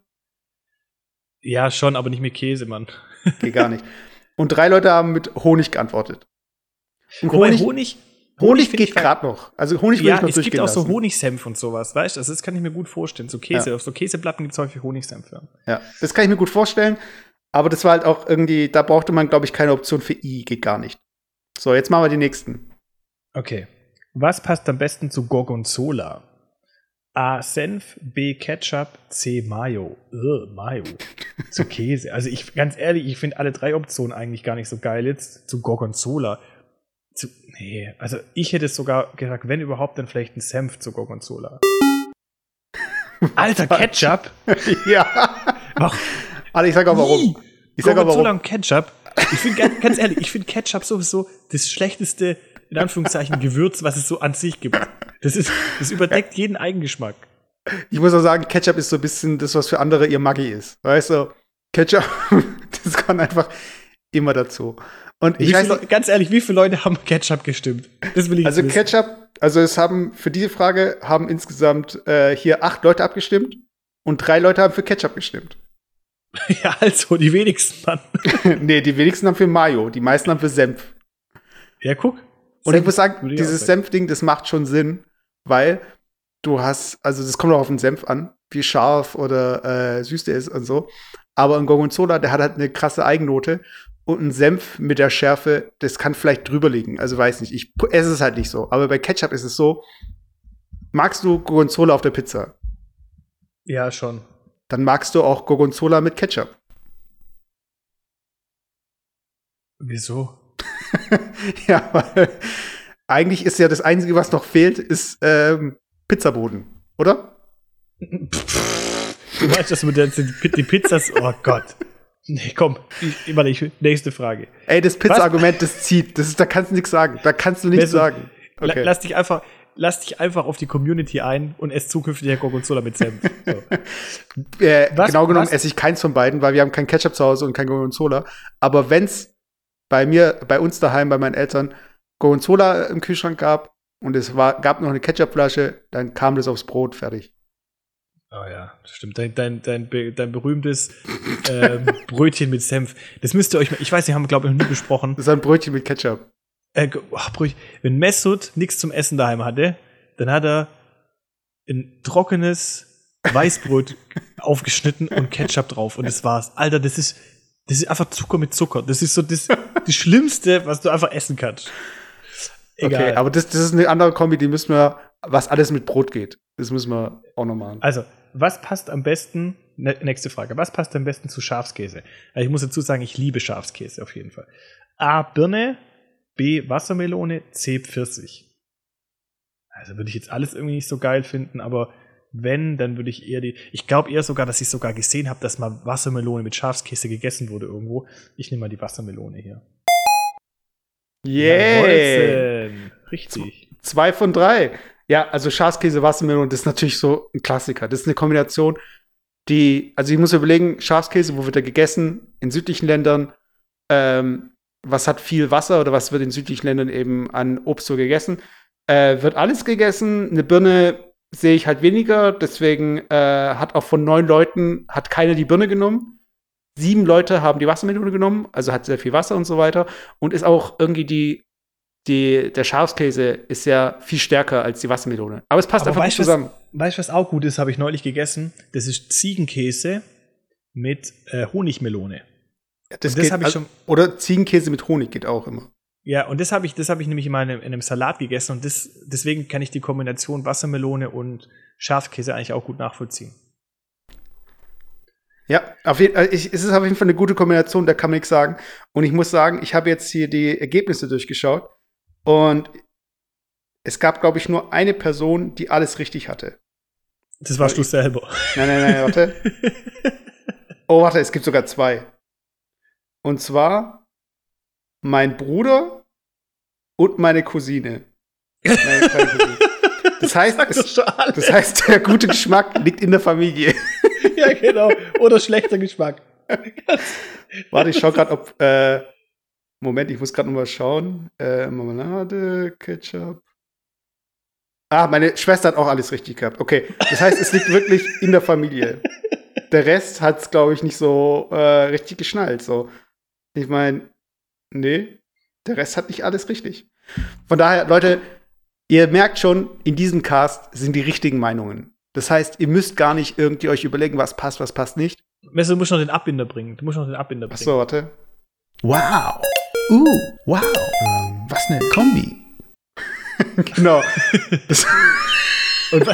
Ja, schon, aber nicht mit Käse, Mann. Geht gar nicht. Und drei Leute haben mit Honig geantwortet. Und Wobei Honig, Honig, Honig finde geht ich- gerade noch. Also Honig will Ja, ich noch es gibt durchgehen auch so lassen. Honigsenf und sowas, weißt du? Also das kann ich mir gut vorstellen. So Käse, Ja. auf so Käseplatten gibt es häufig Honigsenf. Ja. Ja, das kann ich mir gut vorstellen. Aber das war halt auch irgendwie, da brauchte man, glaube ich, keine Option für I. Geht gar nicht. So, jetzt machen wir die nächsten. Okay. Was passt am besten zu Gorgonzola? A. Senf, B. Ketchup, C. Mayo. Ugh, Mayo. Zu Käse. Also ich, ganz ehrlich, ich finde alle drei Optionen eigentlich gar nicht so geil jetzt. Zu Gorgonzola. Zu, nee, also ich hätte es sogar gesagt, wenn überhaupt, dann vielleicht ein Senf zu Gorgonzola. Alter, Ketchup? Ja. Warum? Also ich sag auch warum. Ich sag auch Gorgonzola warum. und Ketchup. Ich finde ganz, ganz ehrlich, ich finde Ketchup sowieso das schlechteste, in Anführungszeichen, Gewürz, was es so an sich gibt. Das ist, das überdeckt jeden Eigengeschmack. Ich muss auch sagen, Ketchup ist so ein bisschen das, was für andere ihr Maggi ist. Weißt du, Ketchup, das kann einfach immer dazu. Und ich Wie weiß viele, noch, ganz ehrlich, wie viele Leute haben Ketchup gestimmt? Das will ich also jetzt wissen. Ketchup, also es haben für diese Frage haben insgesamt äh, hier acht Leute abgestimmt und drei Leute haben für Ketchup gestimmt. Ja, also die wenigsten, Mann. Nee, die wenigsten haben für Mayo, die meisten haben für Senf. Ja, guck. Und Senf ich muss sagen, würde ich dieses auch sagen. Senfding, das macht schon Sinn, weil du hast, also das kommt auch auf den Senf an, wie scharf oder äh, süß der ist und so. Aber ein Gorgonzola, der hat halt eine krasse Eigennote. Und ein Senf mit der Schärfe, das kann vielleicht drüber liegen. Also weiß nicht, ich pu- esse es halt nicht so. Aber bei Ketchup ist es so, magst du Gorgonzola auf der Pizza? Ja, schon. Dann magst du auch Gorgonzola mit Ketchup. Wieso? Ja, weil eigentlich ist ja das Einzige, was noch fehlt, ist ähm, Pizzaboden, oder? Du meinst, dass du mit der, die, die Pizzas. Oh Gott. Nee, komm. Ich, warte, ich, nächste Frage. Ey, das Pizza-Argument, das zieht. Das ist, da kannst du nichts sagen. Da kannst du nichts Mesut, sagen. La- Okay. Lass dich einfach. Lass dich einfach auf die Community ein und ess zukünftig ja Gorgonzola mit Senf. So. Äh, Was- genau genommen was- esse ich keins von beiden, weil wir haben kein Ketchup zu Hause und kein Gorgonzola. Aber wenn's bei mir, bei uns daheim, bei meinen Eltern Gorgonzola im Kühlschrank gab und es war, gab noch eine Ketchupflasche, dann kam das aufs Brot, fertig. Oh ja, das stimmt. Dein, dein, dein, be- dein berühmtes ähm, Brötchen mit Senf. Das müsst ihr euch mal. Ich weiß, wir haben, glaube ich, noch nie besprochen. Das ist ein Brötchen mit Ketchup. Äh, oh, Brötchen. Wenn Mesut nichts zum Essen daheim hatte, dann hat er ein trockenes Weißbrot aufgeschnitten und Ketchup drauf. Und das war's. Alter, das ist, das ist einfach Zucker mit Zucker. Das ist so das, das Schlimmste, was du einfach essen kannst. Egal. Okay, aber das, das ist eine andere Kombi, die müssen wir, was alles mit Brot geht. Das müssen wir auch noch machen. Also, was passt am besten, ne, nächste Frage, was passt am besten zu Schafskäse? Also ich muss dazu sagen, ich liebe Schafskäse auf jeden Fall. A, Birne, B, Wassermelone, C, Pfirsich. Also würde ich jetzt alles irgendwie nicht so geil finden, aber wenn, dann würde ich eher die, ich glaube eher sogar, dass ich sogar gesehen habe, dass mal Wassermelone mit Schafskäse gegessen wurde irgendwo. Ich nehme mal die Wassermelone hier. Yeah! Jawohlsen. Richtig. Zwei von drei. Ja, also Schafskäse, Wassermelone, das ist natürlich so ein Klassiker. Das ist eine Kombination, die, also ich muss überlegen, Schafskäse, wo wird er gegessen? In südlichen Ländern, ähm, was hat viel Wasser oder was wird in südlichen Ländern eben an Obst so gegessen? Äh, wird alles gegessen. Eine Birne sehe ich halt weniger, deswegen äh, hat auch von neun Leuten, hat keiner die Birne genommen. Sieben Leute haben die Wassermelone genommen, also hat sehr viel Wasser und so weiter. Und ist auch irgendwie die Die, der Schafskäse ist ja viel stärker als die Wassermelone. Aber es passt Aber einfach gut weißt du, zusammen. was, weißt du, was auch gut ist, habe ich neulich gegessen? Das ist Ziegenkäse mit äh, Honigmelone. Ja, das und das geht, habe ich also, schon. oder Ziegenkäse mit Honig geht auch immer. Ja, und das habe ich, das habe ich nämlich mal in einem, in einem Salat gegessen und das, deswegen kann ich die Kombination Wassermelone und Schafskäse eigentlich auch gut nachvollziehen. Ja, auf jeden, also ich, es ist auf jeden Fall eine gute Kombination, da kann man nichts sagen. Und ich muss sagen, ich habe jetzt hier die Ergebnisse durchgeschaut und es gab, glaube ich, nur eine Person, die alles richtig hatte. Das warst du selber. Nein, nein, nein, warte. Oh, warte, es gibt sogar zwei. Und zwar mein Bruder und meine Cousine. Meine kleine Cousine. Das heißt, es, das heißt, der gute Geschmack liegt in der Familie. Ja, genau. Oder schlechter Geschmack. Warte, ich schau gerade, ob. Äh, Moment, ich muss gerade noch mal schauen. Äh, Marmelade, Ketchup. Ah, meine Schwester hat auch alles richtig gehabt. Okay, das heißt, es liegt wirklich in der Familie. Der Rest hat es, glaube ich, nicht so äh, richtig geschnallt. So. Ich meine, nee, der Rest hat nicht alles richtig. Von daher, Leute, ihr merkt schon, in diesem Cast sind die richtigen Meinungen. Das heißt, ihr müsst gar nicht irgendwie euch überlegen, was passt, was passt nicht. Messer, du musst noch den Abbinder bringen. Du musst noch den Abbinder bringen. Achso, warte. Wow. Uh, wow. Ähm, was eine Kombi. Genau. Das, Und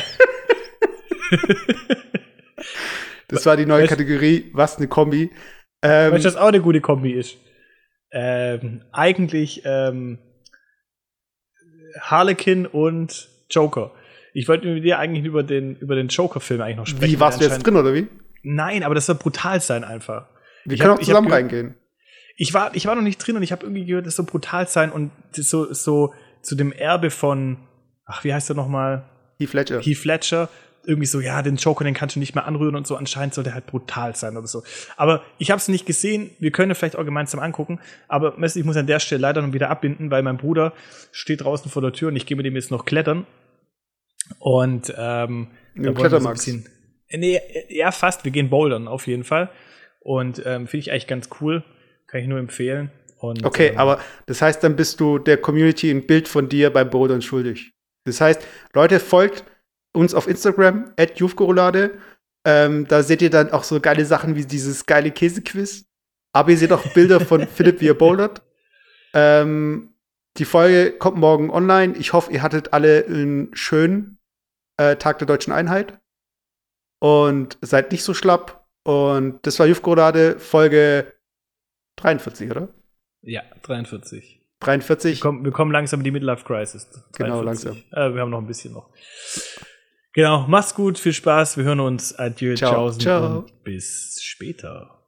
das war die neue weißt, Kategorie, was eine Kombi. Ähm, weißt du, was auch eine gute Kombi ist? Ähm, eigentlich ähm, Harlequin und Joker. Ich wollte mit dir eigentlich über den, über den Joker-Film eigentlich noch sprechen. Wie, warst du jetzt drin, oder wie? Nein, aber das soll brutal sein einfach. Wir ich können hab, auch zusammen ich hab reingehen. Ich war, ich war noch nicht drin und ich habe irgendwie gehört, das soll brutal sein und das so, so zu dem Erbe von, ach, wie heißt er nochmal? Heath Ledger. Heath Ledger. Irgendwie so, ja, den Joker, den kannst du nicht mehr anrühren und so. Anscheinend soll der halt brutal sein oder so. Aber ich habe es nicht gesehen. Wir können vielleicht auch gemeinsam angucken. Aber ich muss an der Stelle leider noch wieder abbinden, weil mein Bruder steht draußen vor der Tür und ich gehe mit ihm jetzt noch klettern. Und ähm, Im Klettermax. So nee, ja, fast. Wir gehen bouldern auf jeden Fall. Und ähm, finde ich eigentlich ganz cool. Kann ich nur empfehlen. Und, okay, ähm, aber das heißt, dann bist du der Community ein Bild von dir beim Bouldern schuldig. Das heißt, Leute, folgt uns auf Instagram, at jufkorolade. Ähm, da seht ihr dann auch so geile Sachen wie dieses geile Käsequiz. Aber ihr seht auch Bilder von Philipp, wie er bouldert. Ähm, die Folge kommt morgen online. Ich hoffe, ihr hattet alle einen schönen äh, Tag der Deutschen Einheit. Und seid nicht so schlapp. Und das war Jufkorolade, Folge dreiundvierzig, oder? Ja, dreiundvierzig. dreiundvierzig. Wir kommen, wir kommen langsam in die Midlife Crisis. Genau, dreiundvierzig. Äh, wir haben noch ein bisschen noch. Genau, macht's gut, viel Spaß, wir hören uns. Adieu, Ciao. ciao, Ciao. und bis später.